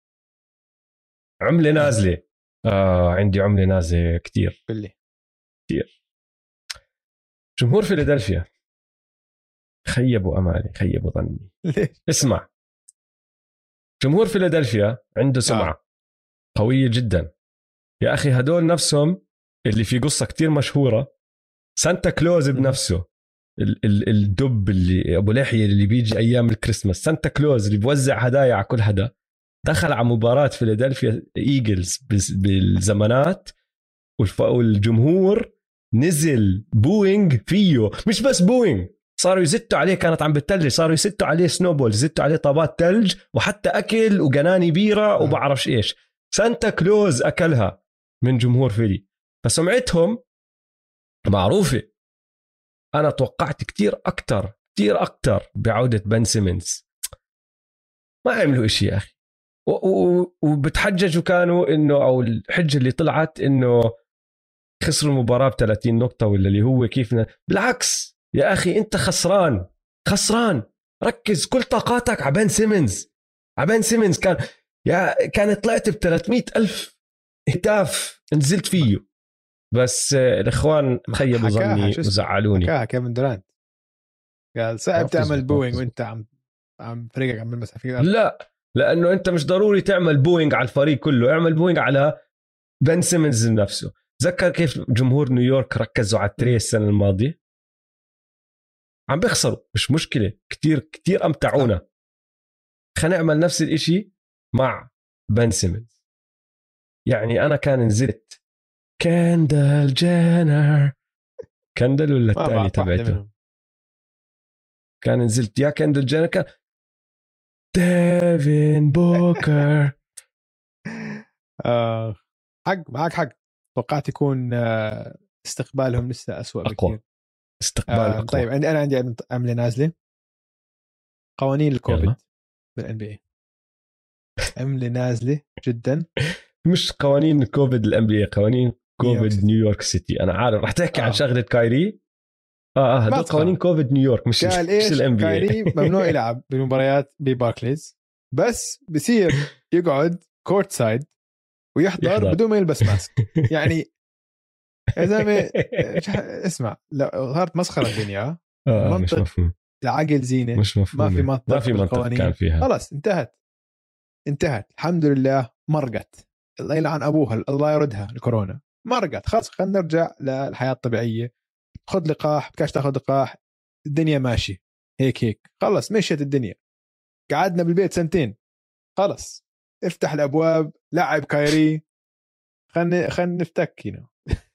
عمله نازله. عندي عمله نازله كثير باللي كثير. جمهور فيلادلفيا خيبوا امالي، خيبوا ظني. ليش؟ اسمع، جمهور فيلادلفيا عنده سمعه قويه جدا يا اخي. هدول نفسهم اللي في قصه كتير مشهوره، سانتا كلوز بنفسه، الدب اللي ابو لحيه اللي بيجي ايام الكريسماس، سانتا كلوز اللي بوزع هدايا على كل حدا، دخل على مباراه فيلادلفيا ايجلز بالزمانات، والجمهور نزل بوينج فيه. مش بس بوينج، صاروا يزتوا عليه، كانت عم بتلج، صاروا يزتوا عليه سنوبول، يزتوا عليه طابات تلج، وحتى اكل وقناني بيره وبعرفش ايش. سانتا كلوز اكلها من جمهور فيلي، فسمعتهم معروفه. انا توقعت كتير اكتر بعوده بن سيمنز، ما عملوا إشي يا اخي. وبتحججوا كانوا انه، او الحجه اللي طلعت انه خسروا المباراه ب30 نقطه ولا اللي هو كيف. بالعكس يا اخي، انت خسران. ركز كل طاقاتك على بن سيمنز. كان طلعت ب300,000 هتاف نزلت فيه، بس الاخوان خيبوا ظني وزعلوني. حكاها كيفن دورانت قال صعب تعمل بوينج وانت عم فريقك عم يلمس فيه. لا، لانه انت مش ضروري تعمل بوينج على الفريق كله، اعمل بوينج على بن سيمنز نفسه. تذكر كيف جمهور نيويورك ركزوا على التري السنه الماضيه؟ عم بيخسروا، مش مشكله، كتير امتعونا. خلينا نعمل نفس الاشي مع بن سيمنز. يعني انا كان نزلت كاندل جينر، كاندل ولا الثاني تبعته؟ كان نزلت يا كاندل جينر، كان ديفين بوكر. معك حق. توقعت يكون استقبالهم لسه أسوأ أقوى. بكثير. استقبال أقوى. طيب أنا عندي عملة نازلة، قوانين الكوفيد بالان بي اي. عملة نازلة جدا. مش قوانين كوفيد الان بي اي، قوانين كوفيد نيويورك سيتي. انا عارف رح تحكي عن شغله كايري. هدول قوانين كوفيد نيويورك، مش الان بي اي. كايري ممنوع يلعب بالمباريات بباركليز، بس بصير يقعد كورت سايد ويحضر بدون ما يلبس ماسك. يعني يا زلمه اسمع، لو صارت مسخره الدنيا. مش مفهوم. العقل زينه، مش مفهوم. ما في منطق كان فيها. خلاص انتهت الحمد لله. مرقت، الله يلعن ابوها، الله يردها الكورونا. مرقت خلاص، خلينا نرجع للحياه الطبيعيه. خذ لقاح، بكاش تاخذ لقاح، الدنيا ماشي هيك خلص مشيت الدنيا. قعدنا بالبيت 2 خلص، افتح الابواب، لعب كايري، خلينا نفتك هنا.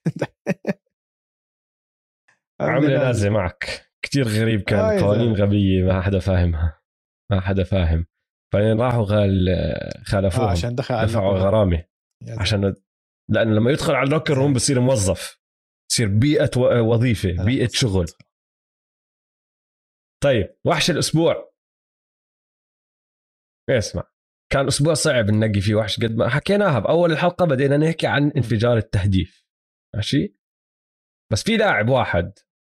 عملة نازلة معك كتير غريب. كان قوانين غبية ما حدا فاهم. بعدين راحوا خالفوهم عشان دفعوا غرامة عشان، لأنه لما يدخل على اللوكر روم بصير موظف، بصير بيئة وظيفة، بيئة شغل. طيب وحش الأسبوع. اسمع، كان أسبوع صعب ننقي فيه وحش. قد ما حكيناها بأول الحلقة بدينا نحكي عن انفجار التهديف، ماشي؟ بس في لاعب واحد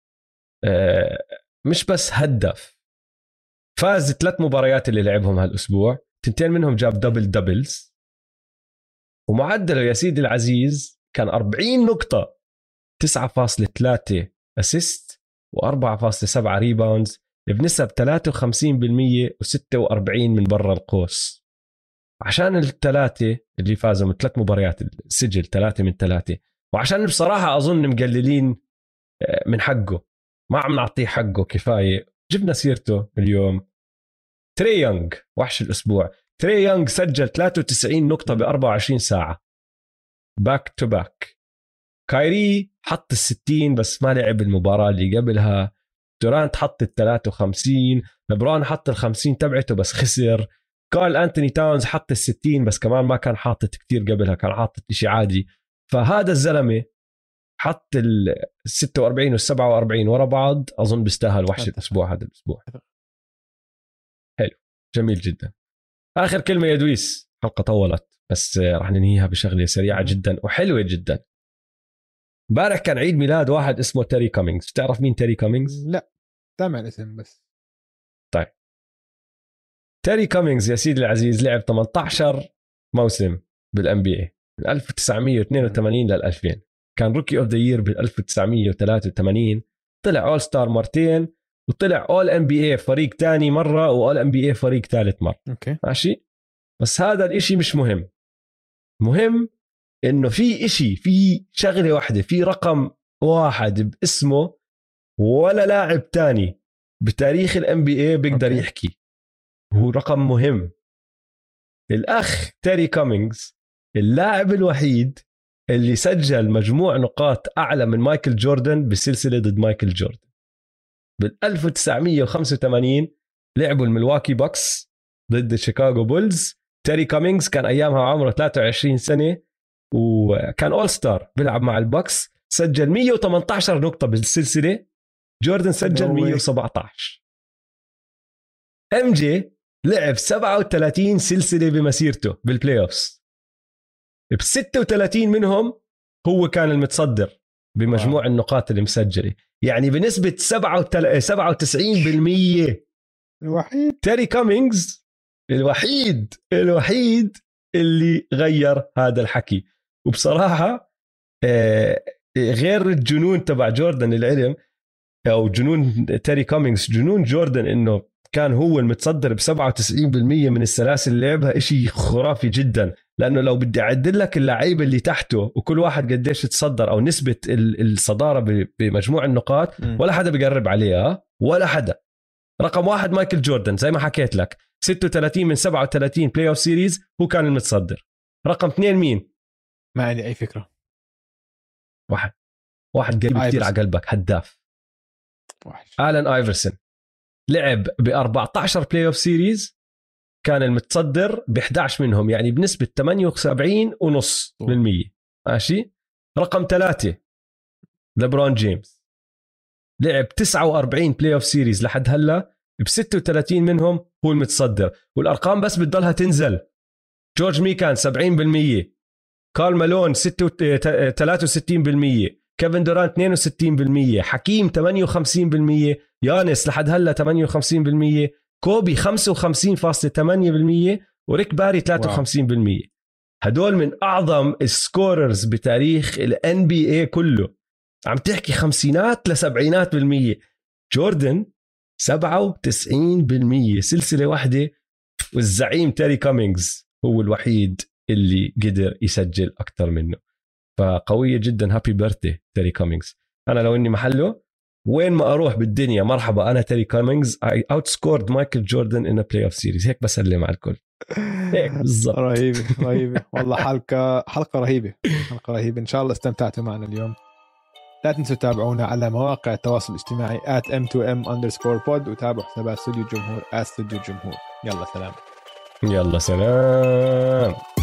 مش بس هدف، فاز 3 مباريات اللي لعبهم هالأسبوع، 2 منهم جاب دبلز، ومعدله يا سيدي العزيز كان 40 نقطة، 9.3 أسيست و4.7 ريباوندز، بنسب 53% و46 من برا القوس. عشان ال3 اللي فازوا من 3 مباريات، السجل 3 من 3، وعشان بصراحة أظن مقللين من حقه، ما عم نعطيه حقه كفاية. جبنا سيرته اليوم. تري يونغ وحش الأسبوع. تري يونغ سجل 93 نقطة ب24 ساعة باك تو باك. كايري حط 60 بس ما لعب المباراة اللي قبلها. دورانت حط 53. لبران حط 50 تبعته بس خسر. كارل أنتوني تاونز حط 60 بس كمان ما كان حاطط كتير قبلها، كان حاطط إشي عادي. فهذا الزلمة حط 46 و47 ورا بعض، أظن بيستاهل وحش الأسبوع هذا الأسبوع. جميل جدا. آخر كلمة يا دويس، حلقة طولت بس راح ننهيها بشغلة سريعة جدا وحلوة جدا. امبارح كان عيد ميلاد واحد اسمه تيري كامينجز. تعرف مين تيري كامينجز؟ لا سامع الاسم بس. طيب تيري كامينجز يا سيدي العزيز لعب 18 موسم بالان بي اي من 1982 لل 2000. كان روكي اوف ذا يير بال 1983. طلع اول ستار مرتين وطلع اول ام بي اي فريق تاني مره واول ام بي اي فريق ثالث مره. اوكي ماشي. بس هذا الاشي مش مهم. مهم انه في اشي، في شغله واحده، في رقم واحد باسمه ولا لاعب تاني بتاريخ الام بي اي بيقدر يحكي. هو رقم مهم. الاخ تيري كامينجز اللاعب الوحيد اللي سجل مجموع نقاط اعلى من مايكل جوردن بسلسله ضد مايكل جوردن. بال 1985 لعبوا الملواكي بوكس ضد شيكاغو بولز. تيري كامينجز كان ايامها عمره 23 سنه وكان اول ستار بيلعب مع البوكس. سجل 118 نقطه بالسلسله، جوردن سجل 117. ام جي لعب 37 سلسله بمسيرته بالبلاي اوفز، ب 36 منهم هو كان المتصدر بمجموع النقاط اللي مسجله، يعني بنسبه 97%. الوحيد تيري كامينجز الوحيد اللي غير هذا الحكي. وبصراحه غير الجنون تبع جوردن العلم او جنون تيري كامينجز، جنون جوردن انه كان هو المتصدر ب 97% من السلاسل اللي لعبها. إشي خرافي جدا، لانه لو بدي اعدل لك اللعيبه اللي تحته وكل واحد قديش تصدر او نسبه الصداره بمجموع النقاط ولا حدا بيقرب عليها ولا حدا. رقم واحد مايكل جوردن زي ما حكيت لك 36 من 37 بلاي اوف سيريز هو كان المتصدر. رقم اثنين مين؟ ما عندي اي فكره. واحد قريب كتير على قلبك، هداف آلان آيفرسون. لعب ب 14 بلاي اوف سيريز، كان المتصدر ب 11 منهم، يعني بنسبه 78.5%. ماشي. رقم 3 ليبرون جيمس، لعب 49 بلاي اوف سيريز لحد هلا، ب 36 منهم هو المتصدر، والارقام بس بتضلها تنزل. جورج ميكان 70%، كارل مالون 63%، كيفن دورانت 62%، حكيم 58%، يانس لحد هلا 58%، كوبي 55.8%، وريك باري 53%. هدول من اعظم السكوررز بتاريخ الان بي اي كله. عم تحكي خمسينات لسبعينات بالمية. جوردن 97%، سلسلة واحدة، والزعيم تيري كامينجز هو الوحيد اللي قدر يسجل أكتر منه. فقوية جدا. هابي بيرثدي تيري كامينجز. أنا لو إني محله وين ما أروح بالدنيا مرحبا، أنا تيري كامينجز I outscored Michael Jordan in a playoff series. هيك بسلم على الكل. هيك بالضبط. رهيبة والله. حلقة رهيبة. إن شاء الله استمتعتوا معنا اليوم. لا تنسوا تتابعونا على مواقع التواصل الاجتماعي @m2m_pod وتابعوا حسابات استوديو الجمهور @استوديو الجمهور. يلا سلام.